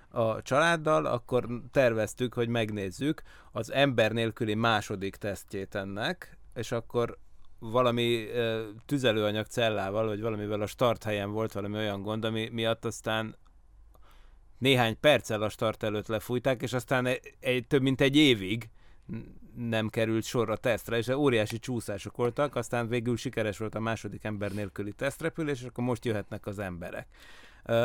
a családdal, akkor terveztük, hogy megnézzük az ember nélküli második tesztjét ennek, és akkor valami uh, tüzelőanyag cellával, vagy valamivel a starthelyen volt valami olyan gond, ami miatt aztán néhány perccel a start előtt lefújták, és aztán egy, egy, több mint egy évig nem került sor a tesztre, és óriási csúszások voltak, aztán végül sikeres volt a második ember nélküli tesztrepülés, és akkor most jöhetnek az emberek. Uh,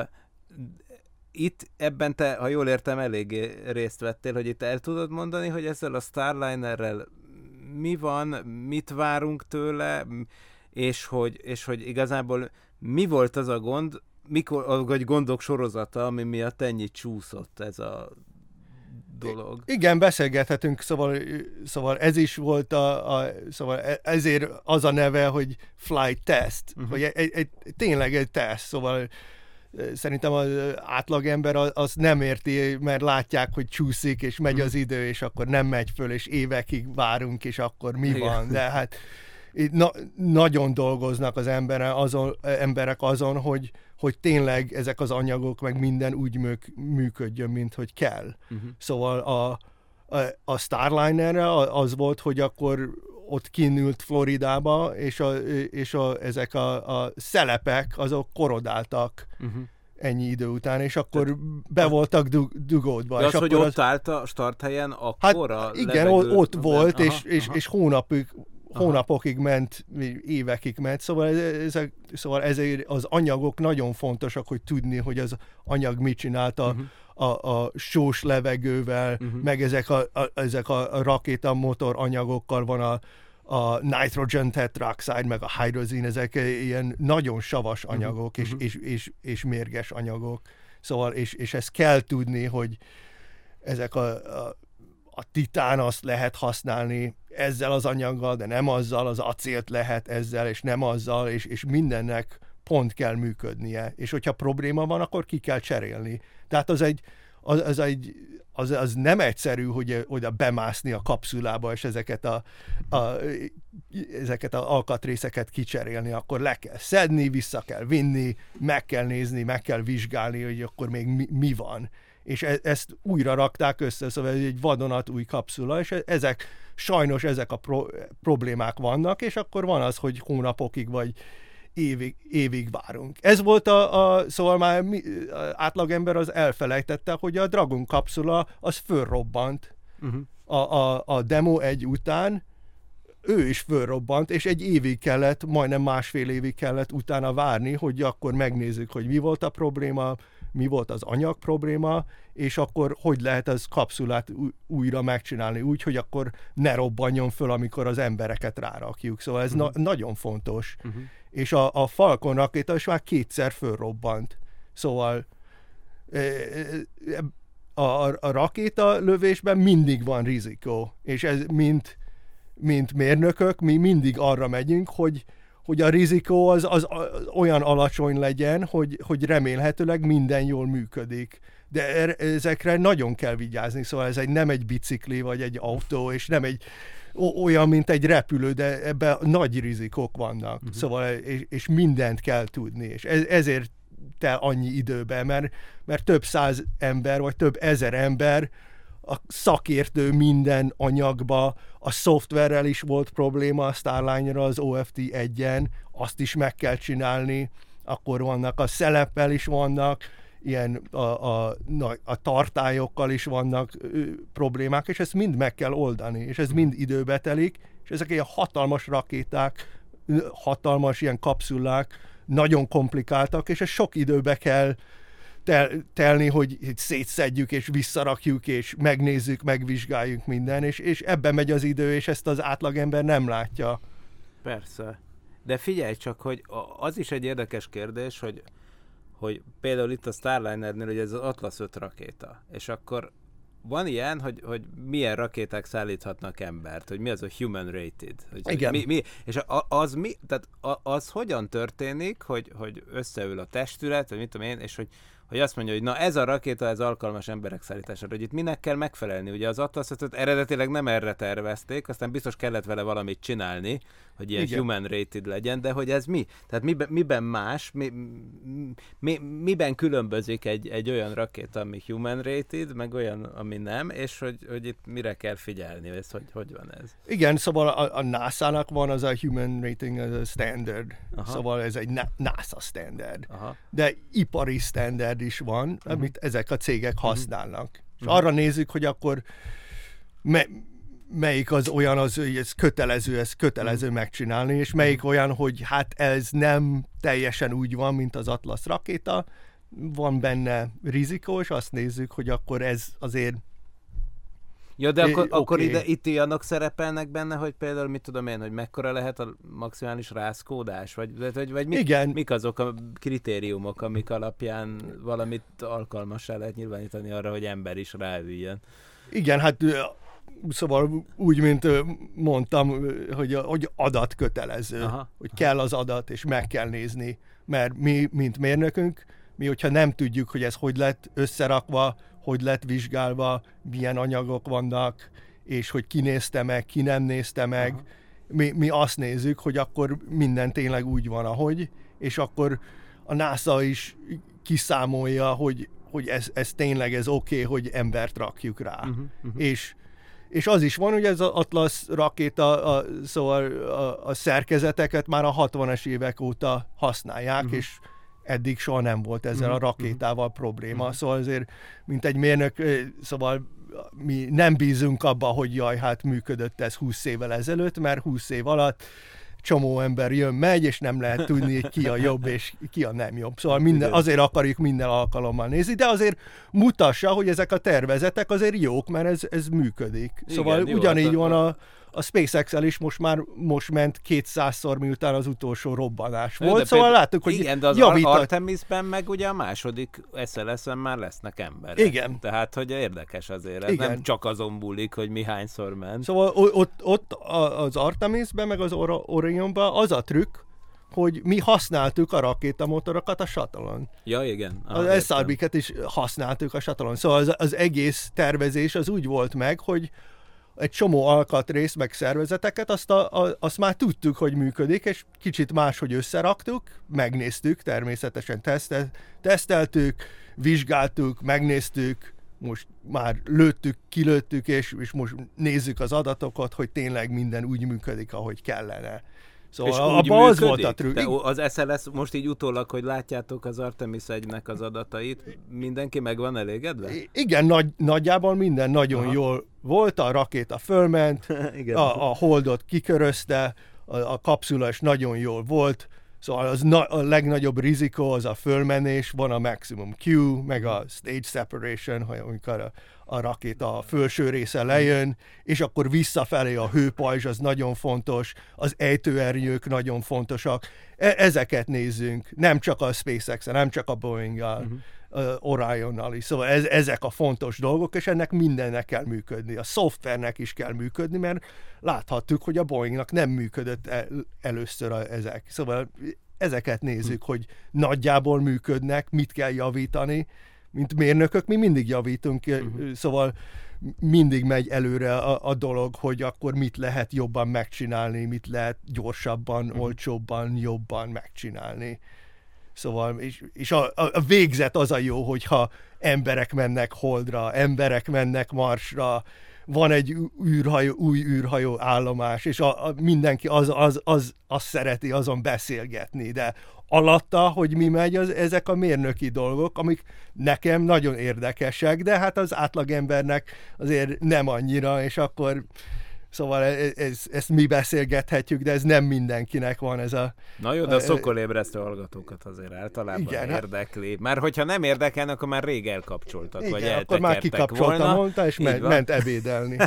itt ebben te, ha jól értem, eléggé részt vettél, hogy itt el tudod mondani, hogy ezzel a Starlinerrel mi van, mit várunk tőle, és hogy, és hogy igazából mi volt az a gond, mikor, vagy gondok sorozata, ami miatt ennyit csúszott ez a dolog. Igen, beszélgethetünk, szóval, szóval ez is volt a, a szóval ezért az a neve, hogy flight test, uh-huh. hogy egy, egy, tényleg egy teszt, szóval szerintem az átlagember azt nem érti, mert látják, hogy csúszik, és megy az idő, és akkor nem megy föl, és évekig várunk, és akkor mi Igen. van, de hát Na, nagyon dolgoznak az emberek azon, emberek azon, hogy, hogy tényleg ezek az anyagok, meg minden úgy műk, működjön, mint hogy kell. Uh-huh. Szóval a, a, a Starliner-re az volt, hogy akkor ott kinült Floridába, és, a, és a, ezek a, a szelepek, azok korodáltak uh-huh. ennyi idő után, és akkor Te, be voltak dug, dugódva. De és az, akkor hogy ott az, állt a starthelyen, akkor hát, a igen, levegő, ott volt, aha, és, és, és hónapig hónapokig ment, évekig ment, szóval, ezek, szóval ezért az anyagok nagyon fontosak, hogy tudni, hogy az anyag mit csinált a, uh-huh. a, a sós levegővel, uh-huh. meg ezek a, a, ezek a rakétamotor anyagokkal van a, a nitrogen tetroxide, meg a hydrazin, ezek ilyen nagyon savas anyagok, uh-huh. és, és, és, és mérges anyagok. Szóval, és, és ezt kell tudni, hogy ezek a, a a titán azt lehet használni ezzel az anyaggal, de nem azzal, az acélt lehet ezzel, és nem azzal, és, és mindennek pont kell működnie. És hogyha probléma van, akkor ki kell cserélni. Tehát az egy, az, az, egy, az, az nem egyszerű, hogy oda bemászni a kapszulába, és ezeket a, a, ezeket a alkatrészeket kicserélni, akkor le kell szedni, vissza kell vinni, meg kell nézni, meg kell vizsgálni, hogy akkor még mi, mi van. És e, ezt újra rakták össze, szóval ez egy vadonatúj kapszula, és ezek, sajnos ezek a pro, problémák vannak, és akkor van az, hogy hónapokig vagy évig, évig várunk. Ez volt a, a szóval már mi, átlagember az elfelejtette, hogy a Dragon kapszula az fölrobbant. Uh-huh. A, a, a demo egy után ő is fölrobbant, és egy évig kellett, majdnem másfél évig kellett utána várni, hogy akkor megnézzük, hogy mi volt a probléma, mi volt az anyag probléma, és akkor hogy lehet az kapszulát újra megcsinálni úgy, hogy akkor ne robbanjon föl, amikor az embereket rárakjuk. Szóval ez uh-huh. na- nagyon fontos. Uh-huh. És a, a Falcon rakéta is már kétszer fölrobbant. Szóval a, a, a rakéta lövésben mindig van rizikó, és ez mint, mint mérnökök, mi mindig arra megyünk, hogy hogy a rizikó az, az olyan alacsony legyen, hogy, hogy remélhetőleg minden jól működik. De ezekre nagyon kell vigyázni, szóval ez egy, nem egy bicikli, vagy egy autó, és nem egy olyan, mint egy repülő, de ebben nagy rizikók vannak. Uh-huh. Szóval, és, és mindent kell tudni, és ez, ezért te annyi időbe, mert, mert több száz ember, vagy több ezer ember, a szakértő minden anyagba, a szoftverrel is volt probléma a Starliner-ra, az o ef té egyen, azt is meg kell csinálni, akkor vannak a szeleppel is vannak, ilyen a, a, a tartályokkal is vannak ö, problémák, és ezt mind meg kell oldani, és ez mind időbe telik, és ezek ilyen hatalmas rakéták, hatalmas ilyen kapszulák, nagyon komplikáltak, és ez sok időbe kell tel, telni, hogy, hogy szétszedjük, és visszarakjuk, és megnézzük, megvizsgáljuk minden, és, és ebben megy az idő, és ezt az átlagember nem látja. Persze. De figyelj csak, hogy az is egy érdekes kérdés, hogy, hogy például itt a Starlinernél, hogy ez az Atlas öt rakéta, és akkor van ilyen, hogy, hogy milyen rakéták szállíthatnak embert, hogy mi az a human rated. Hogy Igen. Mi, mi, és az, mi, tehát az hogyan történik, hogy, hogy összeül a testület, vagy mit tudom én, és hogy, hogy azt mondja, hogy na ez a rakéta, ez alkalmas emberek szállítására, hogy itt minek kell megfelelni. Ugye az Atlas ötöt eredetileg nem erre tervezték, aztán biztos kellett vele valamit csinálni, hogy ilyen Igen. human rated legyen, de hogy ez mi? Tehát miben, miben más, mi, mi, miben különbözik egy, egy olyan rakéta, ami human rated, meg olyan, ami nem, és hogy, hogy itt mire kell figyelni, ez hogy, hogy van ez? Igen, szóval a, a nászának van az a human rating, az a standard, Aha. szóval ez egy na- NASA standard, Aha. de ipari standard is van, uh-huh. amit ezek a cégek használnak. Uh-huh. És arra nézzük, hogy akkor me- melyik az olyan, az, hogy ez kötelező, ez kötelező uh-huh. megcsinálni, és melyik olyan, hogy hát ez nem teljesen úgy van, mint az Atlas rakéta, van benne rizikó, és azt nézzük, hogy akkor ez azért Ja, de akkor, okay. akkor ide, itt olyanok szerepelnek benne, hogy például mit tudom én, hogy mekkora lehet a maximális rázkódás? Vagy, vagy, vagy mik, Igen. mik azok a kritériumok, amik alapján valamit alkalmassá lehet nyilvánítani arra, hogy ember is ráüljön? Igen, hát szóval úgy, mint mondtam, hogy, hogy adat kötelező, Aha. hogy kell az adat, és meg kell nézni, mert mi, mint mérnökünk, mi, hogyha nem tudjuk, hogy ez hogy lett összerakva, hogy lett vizsgálva, milyen anyagok vannak, és hogy ki nézte meg, ki nem nézte meg. Mi, mi azt nézzük, hogy akkor minden tényleg úgy van, ahogy, és akkor a NASA is kiszámolja, hogy, hogy ez, ez tényleg ez oké, okay, hogy embert rakjuk rá. Uh-huh, uh-huh. És, és az is van, hogy ez az Atlas rakéta, a, szóval a, a szerkezeteket már a hatvanas évek óta használják, uh-huh. és eddig soha nem volt ezzel a rakétával probléma. Szóval azért, mint egy mérnök, szóval mi nem bízunk abba, hogy jaj, hát működött ez húsz évvel ezelőtt, mert húsz év alatt csomó ember jön, megy, és nem lehet tudni, ki a jobb, és ki a nem jobb. Szóval minden, azért akarjuk minden alkalommal nézni, de azért mutassa, hogy ezek a tervezetek azért jók, mert ez, ez működik. Szóval igen, ugyanígy jó, van a A SpaceX-el is most már most ment kétszázszor, miután az utolsó robbanás volt, de szóval láttuk, hogy igen, de az javított. Artemisben meg ugye a második es el es-en már lesznek emberek. Igen. Tehát, hogy érdekes azért, ez igen. nem csak azon múlik, hogy mi hányszor ment. Szóval ott, ott az Artemisben, meg az Orionban az a trükk, hogy mi használtuk a rakétamotorokat a shuttle-on. Ja, igen. Ah, Az es er bé-ket is használtuk a shuttle-on. Szóval az, az egész tervezés az úgy volt meg, hogy egy csomó alkatrészt, meg szervezeteket, azt, a, a, azt már tudtuk, hogy működik, és kicsit máshogy összeraktuk, megnéztük, természetesen tesztel, teszteltük, vizsgáltuk, megnéztük, most már lőttük, kilőttük, és, és most nézzük az adatokat, hogy tényleg minden úgy működik, ahogy kellene. Szóval abban az volt a trükk. Az es el es most így utólag, hogy látjátok az Artemis egynek az adatait, mindenki meg van elégedve? Igen, nagy, nagyjából minden nagyon Aha. jól volt, a rakéta fölment, a, a holdot kikörözte, a, a kapszula is nagyon jól volt, szóval az na, a legnagyobb rizikó az a fölmenés, van a maximum Q, meg a stage separation, amikor a, a rakéta a felső része lejön, és akkor visszafelé a hőpajzs, az nagyon fontos, az ejtőernyők nagyon fontosak. E- ezeket nézzünk, nem csak a SpaceX-en, nem csak a Boeing-al, uh-huh. Orionnal is. Szóval ez, ezek a fontos dolgok, és ennek mindennek kell működni. A szoftvernek is kell működni, mert láthattuk, hogy a Boeingnak nem működött el, először a, ezek. Szóval ezeket nézzük, hm. hogy nagyjából működnek, mit kell javítani. Mint mérnökök mi mindig javítunk, uh-huh. szóval mindig megy előre a, a dolog, hogy akkor mit lehet jobban megcsinálni, mit lehet gyorsabban, uh-huh. olcsóbban, jobban megcsinálni. Szóval, és, és a, a végzet az a jó, hogyha emberek mennek Holdra, emberek mennek Marsra, van egy űrhajó, új űrhajó állomás, és a, a, mindenki az, az, az, az szereti azon beszélgetni, de alatta, hogy mi megy, az, ezek a mérnöki dolgok, amik nekem nagyon érdekesek, de hát az átlagembernek azért nem annyira, és akkor szóval ez, ez, ezt mi beszélgethetjük, de ez nem mindenkinek van ez a... Na jó, de a szokolébresztő hallgatókat azért általában igen, érdekli. Már hogyha nem érdekelne, akkor már rég elkapcsoltak, igen, vagy eltekertek akkor már kikapcsoltam, mondta, és me- ment ebédelni.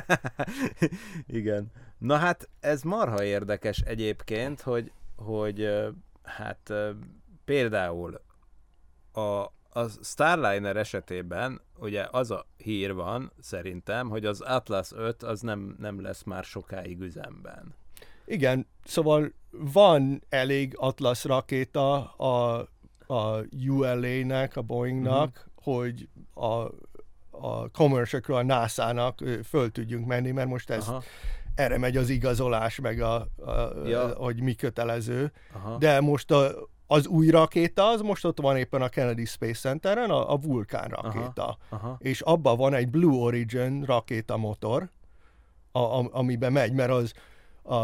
Igen. Na hát ez marha érdekes egyébként, hogy, hogy hát például a a Starliner esetében ugye az a hír van szerintem, hogy az Atlas öt az nem, nem lesz már sokáig üzemben. Igen, szóval van elég Atlas rakéta a, a u el á-nek, a Boeingnak, uh-huh. hogy a, a commercialkről, a nászának föl tudjunk menni, mert most ez Aha. erre megy az igazolás, meg a, a, ja. a, hogy mi kötelező. Aha. De most a az új rakéta, az most ott van éppen a Kennedy Space Centeren, a, a Vulcan rakéta. Aha, aha. És abban van egy Blue Origin rakétamotor, a, a, amiben megy, mert az a,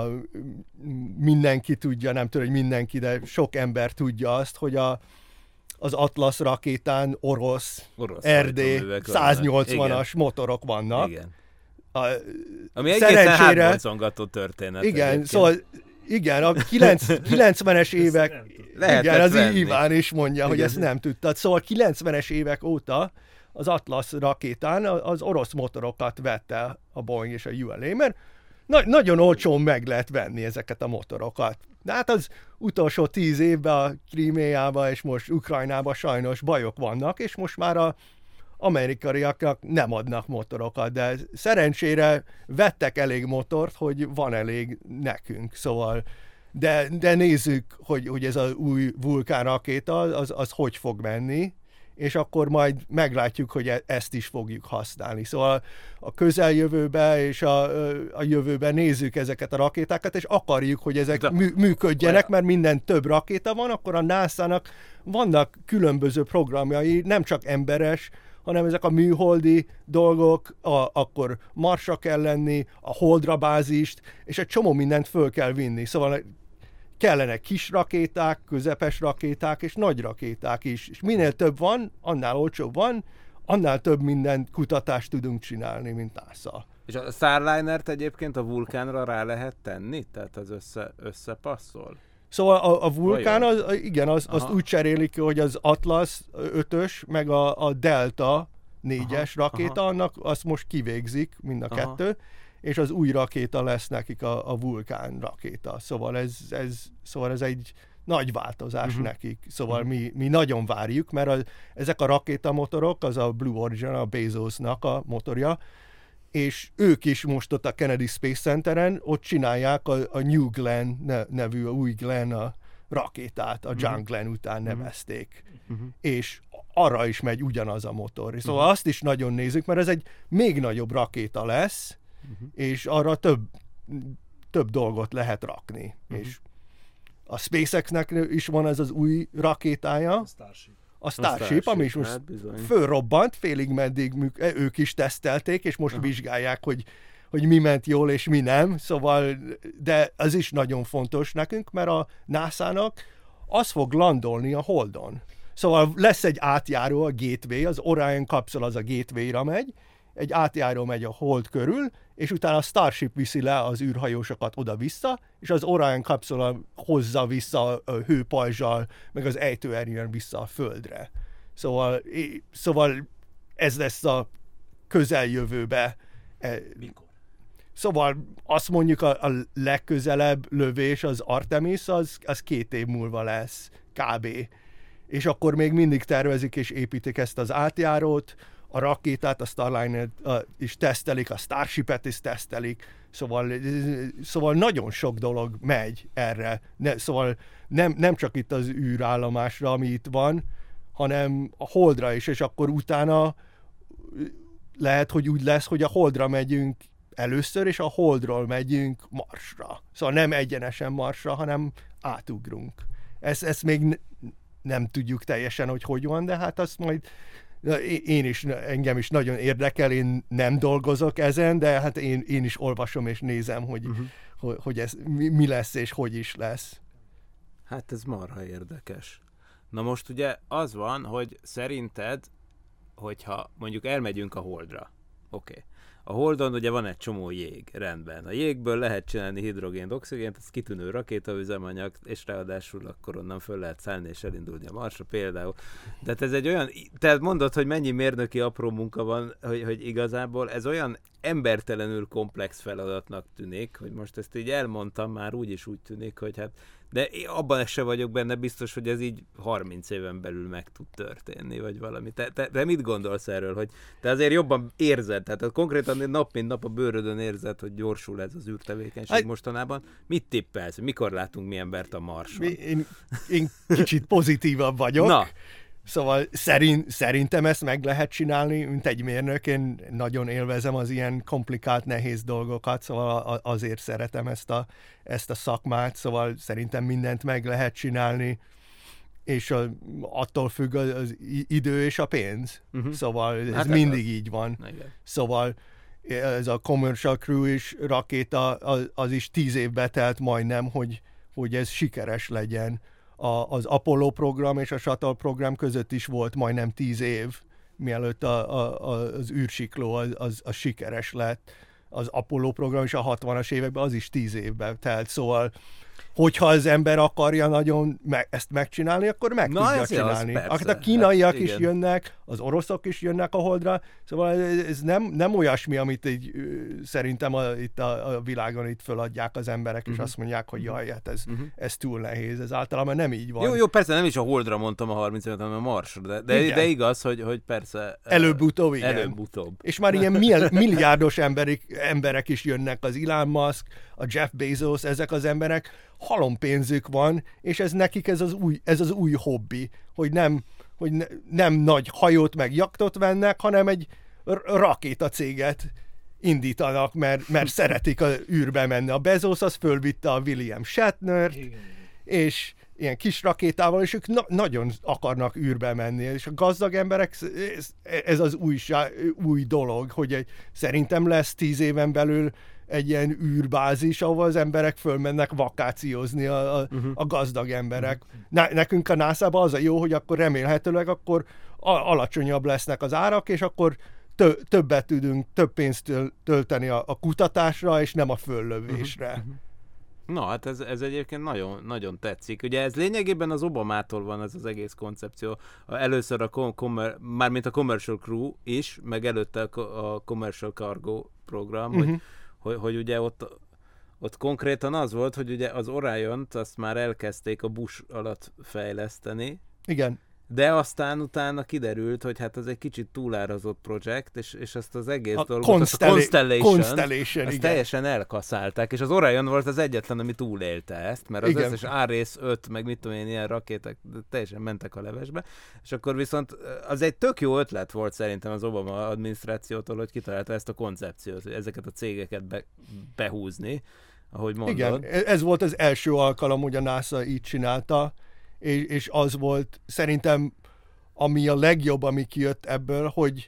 mindenki tudja, nem tudom, hogy mindenki, de sok ember tudja azt, hogy a, az Atlas rakétán orosz, orosz er dé száznyolcvanas igen. motorok vannak. Igen. A, Ami egészen hátborzongató történet. Igen, egyébként. Szóval igen, a kilencvenes évek, igen, az venni. Iván is mondja, igen. hogy ezt nem tudtad. Szóval kilencvenes évek óta az Atlas rakétán az orosz motorokat vette a Boeing és a u el á, mert na- nagyon olcsón meg lehet venni ezeket a motorokat. De hát az utolsó tíz évben a Krímiában és most Ukrajnában sajnos bajok vannak, és most már a amerikaiaknak nem adnak motorokat, de szerencsére vettek elég motort, hogy van elég nekünk, szóval de, de nézzük, hogy, hogy ez az új Vulcan rakéta, az, az hogy fog menni, és akkor majd meglátjuk, hogy ezt is fogjuk használni. Szóval a közeljövőben és a, a jövőben nézzük ezeket a rakétákat, és akarjuk, hogy ezek mű, működjenek, mert minden több rakéta van, akkor a nászának vannak különböző programjai, nem csak emberes, hanem ezek a műholdi dolgok, a, akkor Marsra kell lenni, a Holdra bázist, és egy csomó mindent föl kell vinni. Szóval kellenek kis rakéták, közepes rakéták és nagy rakéták is. És minél több van, annál olcsóbb van, annál több minden kutatást tudunk csinálni, mint NASA. És a Starlinert egyébként a Vulcanra rá lehet tenni? Tehát az össze, összepasszol? Szóval a, a Vulcan, az, igen, az, azt úgy cserélik, hogy az Atlas ötös, meg a, a Delta négyes aha, rakéta, aha. annak azt most kivégzik, mind a aha. kettő, és az új rakéta lesz nekik a, a Vulcan rakéta. Szóval ez, ez, szóval ez egy nagy változás uh-huh. nekik. Szóval uh-huh. mi, mi nagyon várjuk, mert a, ezek a rakétamotorok, az a Blue Origin, a Bezosnak a motorja, és ők is most ott a Kennedy Space Centeren, ott csinálják a, a New Glenn nevű, a új Glenn, a, rakétát, a John Glenn után nevezték. Uh-huh. És arra is megy ugyanaz a motor. Szóval uh-huh. azt is nagyon nézzük, mert ez egy még nagyobb rakéta lesz, uh-huh. és arra több, több dolgot lehet rakni. Uh-huh. És a SpaceX-nek is van ez az új rakétája. A Starship. A Starship, a Starship ami is most hát fölrobbant, félig meddig műk, ők is tesztelték, és most uh-huh. vizsgálják, hogy, hogy mi ment jól, és mi nem. Szóval, de ez is nagyon fontos nekünk, mert a nászának az fog landolni a Holdon. Szóval lesz egy átjáró, a Gateway, az Orion kapszula az a Gateway-ra megy, egy átjáró megy a Hold körül, és utána a Starship viszi le az űrhajósokat oda-vissza, és az Orion kapszula hozza vissza a hőpajzsal, meg az ejtőernyőn vissza a Földre. Szóval, szóval ez lesz a közeljövőbe. Mikor? Szóval azt mondjuk a, a legközelebb lövés, az Artemis, az, az két év múlva lesz, kb. És akkor még mindig tervezik és építik ezt az átjárót, a rakétát, a Starliner is tesztelik, a Starship-et is tesztelik, szóval, szóval nagyon sok dolog megy erre. Ne, szóval nem, nem csak itt az űrállomásra, ami itt van, hanem a Holdra is, és akkor utána lehet, hogy úgy lesz, hogy a Holdra megyünk először, és a Holdról megyünk Marsra. Szóval nem egyenesen Marsra, hanem átugrunk. Ezt, ezt még nem tudjuk teljesen, hogy hogy van, de hát azt majd én is, engem is nagyon érdekel, én nem dolgozok ezen, de hát én, én is olvasom és nézem, hogy, uh-huh. hogy, hogy ez mi, mi lesz és hogy is lesz. Hát ez marha érdekes. Na most ugye az van, hogy szerinted, hogyha mondjuk elmegyünk a Holdra, oké. Okay. A Holdon ugye van egy csomó jég, rendben. A jégből lehet csinálni hidrogént, oxigént, ez kitűnő rakétaüzemanyag, és ráadásul akkor onnan föl lehet szállni és elindulni a Marsra például. Tehát ez egy olyan, tehát mondod, hogy mennyi mérnöki apró munka van, hogy, hogy igazából ez olyan embertelenül komplex feladatnak tűnik, hogy most ezt így elmondtam, már úgy is úgy tűnik, hogy hát, de én abban se vagyok benne biztos, hogy ez így harminc éven belül meg tud történni, vagy valami. Te, te, te mit gondolsz erről, hogy te azért jobban érzed, tehát konkrétan nap mint nap a bőrödön érzed, hogy gyorsul ez az űrtevékenység hát, mostanában. Mit tippelsz? Mikor látunk mi embert a Marson? Én, én kicsit pozitívabb vagyok. Na. Szóval szerint, szerintem ezt meg lehet csinálni, mint egy mérnök. Én nagyon élvezem az ilyen komplikált, nehéz dolgokat, szóval azért szeretem ezt a, ezt a szakmát, szóval szerintem mindent meg lehet csinálni, és a, attól függ az, az idő és a pénz. Uh-huh. Szóval ez hát mindig az. Így van. Igen. Szóval ez a Commercial Crew is rakéta, az, az is tíz évbe telt majdnem, hogy, hogy ez sikeres legyen. A, az Apollo program és a Shuttle program között is volt majdnem tíz év, mielőtt a, a, az űrsikló az, az, az sikeres lett. Az Apollo program is a hatvanas években az is tíz évben telt, szóval hogyha az ember akarja nagyon me- ezt megcsinálni, akkor meg Na, tudja csinálni. Az, a kínaiak hát, is igen. jönnek, az oroszok is jönnek a Holdra, szóval ez nem, nem olyasmi, amit így, szerintem a, itt a, a világon itt föladják az emberek, uh-huh. és azt mondják, hogy jaj, hát ez, uh-huh. ez túl nehéz, ez általában nem így van. Jó, jó, persze nem is a Holdra mondtam a harminc évet, hanem a Marsra, de, de, de igaz, hogy, hogy persze... Előbb-utóbb, igen. Előbb-utóbb. És már ilyen milliárdos emberek, emberek is jönnek, az Elon Musk, a Jeff Bezos, ezek az emberek, halompénzük van, és ez nekik ez az új, ez az új hobbi, hogy nem, hogy ne, nem nagy hajót meg jaktot vennek, hanem egy rakétacéget indítanak, mert, mert szeretik az űrbe menni. A Bezos az fölvitte a William Shatnert, és ilyen kis rakétával, és ők na- nagyon akarnak űrbe menni, és a gazdag emberek, ez, ez az új, új dolog, hogy egy, szerintem lesz tíz éven belül egy ilyen űrbázis, ahol az emberek fölmennek vakációzni, a, a, uh-huh. a gazdag emberek. Ne, nekünk a nászában az a jó, hogy akkor remélhetőleg akkor a, alacsonyabb lesznek az árak, és akkor tö, többet tudunk, több pénzt tölteni a, a kutatásra, és nem a föllövésre. Uh-huh. Na, hát ez, ez egyébként nagyon, nagyon tetszik. Ugye ez lényegében az Obamától van ez az egész koncepció. Először a, com- mármint a Commercial Crew is, meg előtte a, a Commercial Cargo program, uh-huh. hogy Hogy, hogy ugye ott, ott konkrétan az volt, hogy ugye az Oriont azt már elkezdték a Bush alatt fejleszteni. Igen. De aztán utána kiderült, hogy hát ez egy kicsit túlárazott projekt, és, és ezt az egész a dolgot, Constellation, a Constellation, Constellation azt igen. teljesen elkaszálták, és az Orion volt az egyetlen, ami túlélte ezt, mert az Igen. összes Ares öt, meg mit tudom én, ilyen rakéták teljesen mentek a levesbe, és akkor viszont az egy tök jó ötlet volt szerintem az Obama adminisztrációtól, hogy kitalálta ezt a koncepciót, hogy ezeket a cégeket be, behúzni, ahogy mondod. Igen, ez volt az első alkalom, hogy a NASA így csinálta, és, és az volt szerintem, ami a legjobb, ami kijött ebből, hogy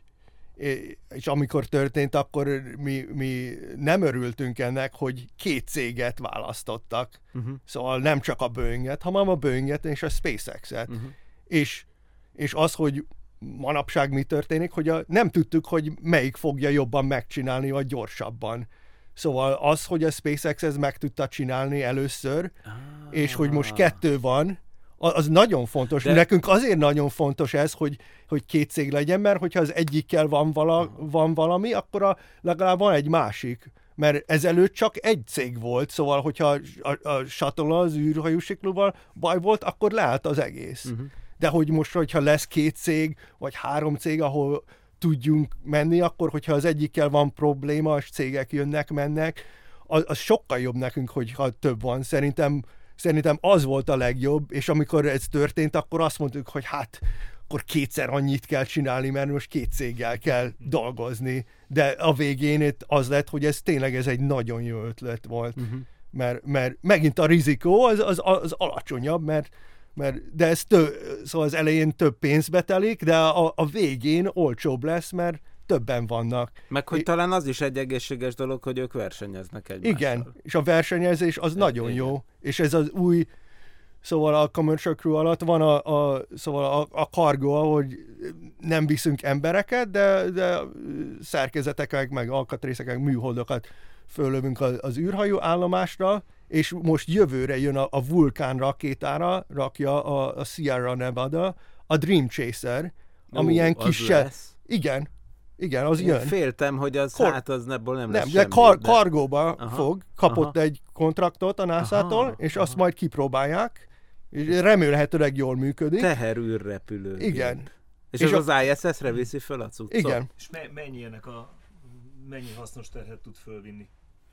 és amikor történt, akkor mi, mi nem örültünk ennek, hogy két céget választottak. Uh-huh. Szóval nem csak a Boeinget, hanem a Boeinget és a SpaceX-et. Uh-huh. És, és az, hogy manapság mi történik, hogy a, nem tudtuk, hogy melyik fogja jobban megcsinálni, vagy gyorsabban. Szóval az, hogy a SpaceX ez meg tudta csinálni először, ah. és hogy most kettő van, az nagyon fontos. De... Nekünk azért nagyon fontos ez, hogy, hogy két cég legyen, mert hogyha az egyikkel van, vala, van valami, akkor a, legalább van egy másik. Mert ezelőtt csak egy cég volt, szóval hogyha a, a shuttle az űrhajósiklóval baj volt, akkor leállt az egész. Uh-huh. De hogy most, hogyha lesz két cég, vagy három cég, ahol tudjunk menni, akkor hogyha az egyikkel van probléma, és cégek jönnek, mennek, az, az sokkal jobb nekünk, hogyha több van. Szerintem Szerintem az volt a legjobb, és amikor ez történt, akkor azt mondtuk, hogy hát, akkor kétszer annyit kell csinálni, mert most két céggel kell dolgozni. De a végén itt az lett, hogy ez tényleg ez egy nagyon jó ötlet volt. Uh-huh. Mert, mert megint a rizikó az, az, az alacsonyabb, mert, mert de ez tő, szóval az elején több pénzbe telik, de a, a végén olcsóbb lesz, mert többen vannak. Meg hogy I- talán az is egy egészséges dolog, hogy ők versenyeznek egymással. Igen, és a versenyezés az nagyon igen. jó, és ez az új, szóval a Commercial Crew alatt van a, a, szóval a, a cargo, ahogy nem viszünk embereket, de, de szerkezeteket, meg alkatrészeket, műholdokat fölövünk az, az űrhajó állomásra, és most jövőre jön a, a Vulcan rakétára, rakja a, a Sierra Nevada, a Dream Chaser, ami Ó, ilyen kisebb. Igen. Igen, az Én jön. Féltem, hogy az Kor... hát az ebből nem, nem lesz de semmi. Kar- de... kargóba aha, fog, kapott aha. egy kontraktot a nászától, aha, és aha. azt majd kipróbálják, és remélhetőleg jól működik. Teherűrrepülő. Igen. És, és az a... I S S-re viszi föl a cuccot? Igen. És me- mennyi ennek a, mennyi hasznos terhet tud fölvinni?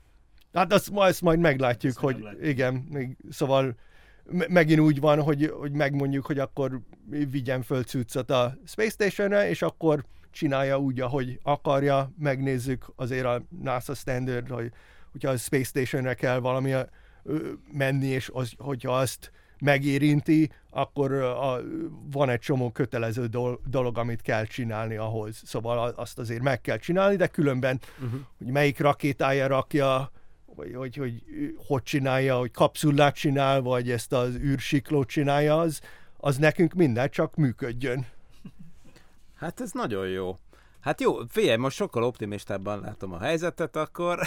Hát azt, azt majd meglátjuk, ezt hogy meglátjuk. Igen, még, szóval me- megint úgy van, hogy, hogy megmondjuk, hogy akkor vigyen föl cuccot a Space Station-re, és akkor csinálja úgy, ahogy akarja, megnézzük azért a NASA standard, hogy hogyha a Space Station-re kell valami ö, menni, és az, hogyha azt megérinti, akkor a, van egy csomó kötelező dol, dolog, amit kell csinálni ahhoz. Szóval azt azért meg kell csinálni, de különben, uh-huh. hogy melyik rakétája rakja, vagy hogy, hogy hogy csinálja, hogy kapszulát csinál, vagy ezt az űrsiklót csinálja, az, az nekünk minden csak működjön. Hát ez nagyon jó. Hát jó, figyelj, most sokkal optimistábban látom a helyzetet akkor.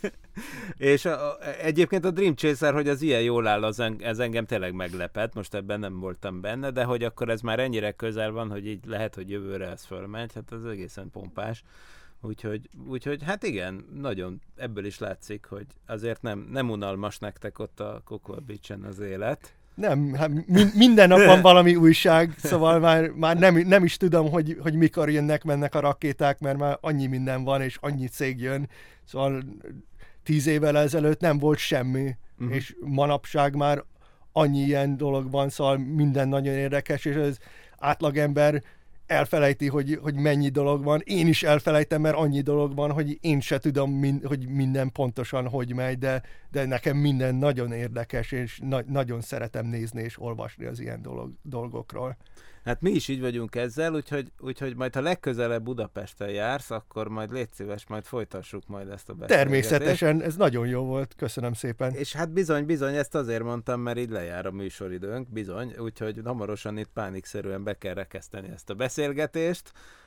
És a, a, egyébként a Dream Chaser, hogy az ilyen jól áll, az en, ez engem tényleg meglepett, most ebben nem voltam benne, de hogy akkor ez már ennyire közel van, hogy így lehet, hogy jövőre ez fölmegy, hát ez egészen pompás. Úgyhogy, úgyhogy hát igen, nagyon ebből is látszik, hogy azért nem, nem unalmas nektek ott a Cocoa Beach-en az élet. Nem, hát minden nap van valami újság, szóval már, már nem, nem is tudom, hogy, hogy mikor jönnek, mennek a rakéták, mert már annyi minden van, és annyi cég jön. Szóval tíz évvel ezelőtt nem volt semmi, uh-huh. és manapság már annyi ilyen dolog van, szóval minden nagyon érdekes, és az átlagember elfelejti, hogy, hogy mennyi dolog van. Én is elfelejtem, mert annyi dolog van, hogy én se tudom, min, hogy minden pontosan hogy megy, de, de nekem minden nagyon érdekes, és na, nagyon szeretem nézni és olvasni az ilyen dolog, dolgokról. Hát mi is így vagyunk ezzel, úgyhogy, úgyhogy majd ha legközelebb Budapesten jársz, akkor majd légy szíves, majd folytassuk majd ezt a beszélgetést. Természetesen, ez nagyon jó volt, köszönöm szépen. És hát bizony, bizony, ezt azért mondtam, mert így lejár a műsoridőnk, bizony, úgyhogy hamarosan itt pánikszerűen be kell rekeszteni ezt a beszélgetést.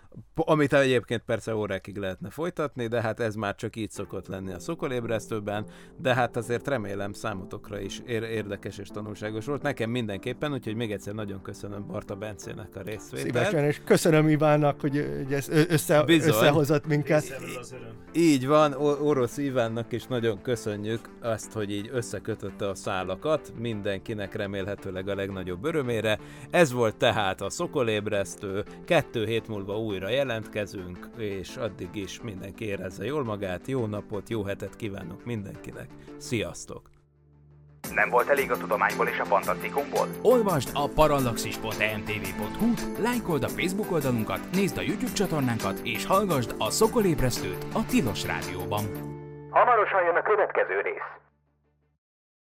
amit egyébként persze órákig lehetne folytatni, de hát ez már csak így szokott lenni a Szokolébresztőben, de hát azért remélem számotokra is ér- érdekes és tanulságos volt. Nekem mindenképpen, úgyhogy még egyszer nagyon köszönöm Barta Bencének a részvételt. Szívesen, és köszönöm Ivánnak, hogy, hogy ez össze, összehozott minket. Így van, Orosz Ivánnak is nagyon köszönjük azt, hogy így összekötötte a szálakat, mindenkinek remélhetőleg a legnagyobb örömére. Ez volt tehát a Szokolébresztő, kettő hét múlva újra jelentkezünk, és addig is mindenki érezze jól magát, jó napot, jó hetet kívánok mindenkinek. Sziasztok! Nem volt elég a tudományból és a fantasztikumból? Olvasd a parallaxis pont e m t v pont h u-t, lájkold a Facebook oldalunkat, nézd a YouTube csatornánkat, és hallgasd a Szokolébresztőt a Tilos Rádióban. Hamarosan jön a következő rész.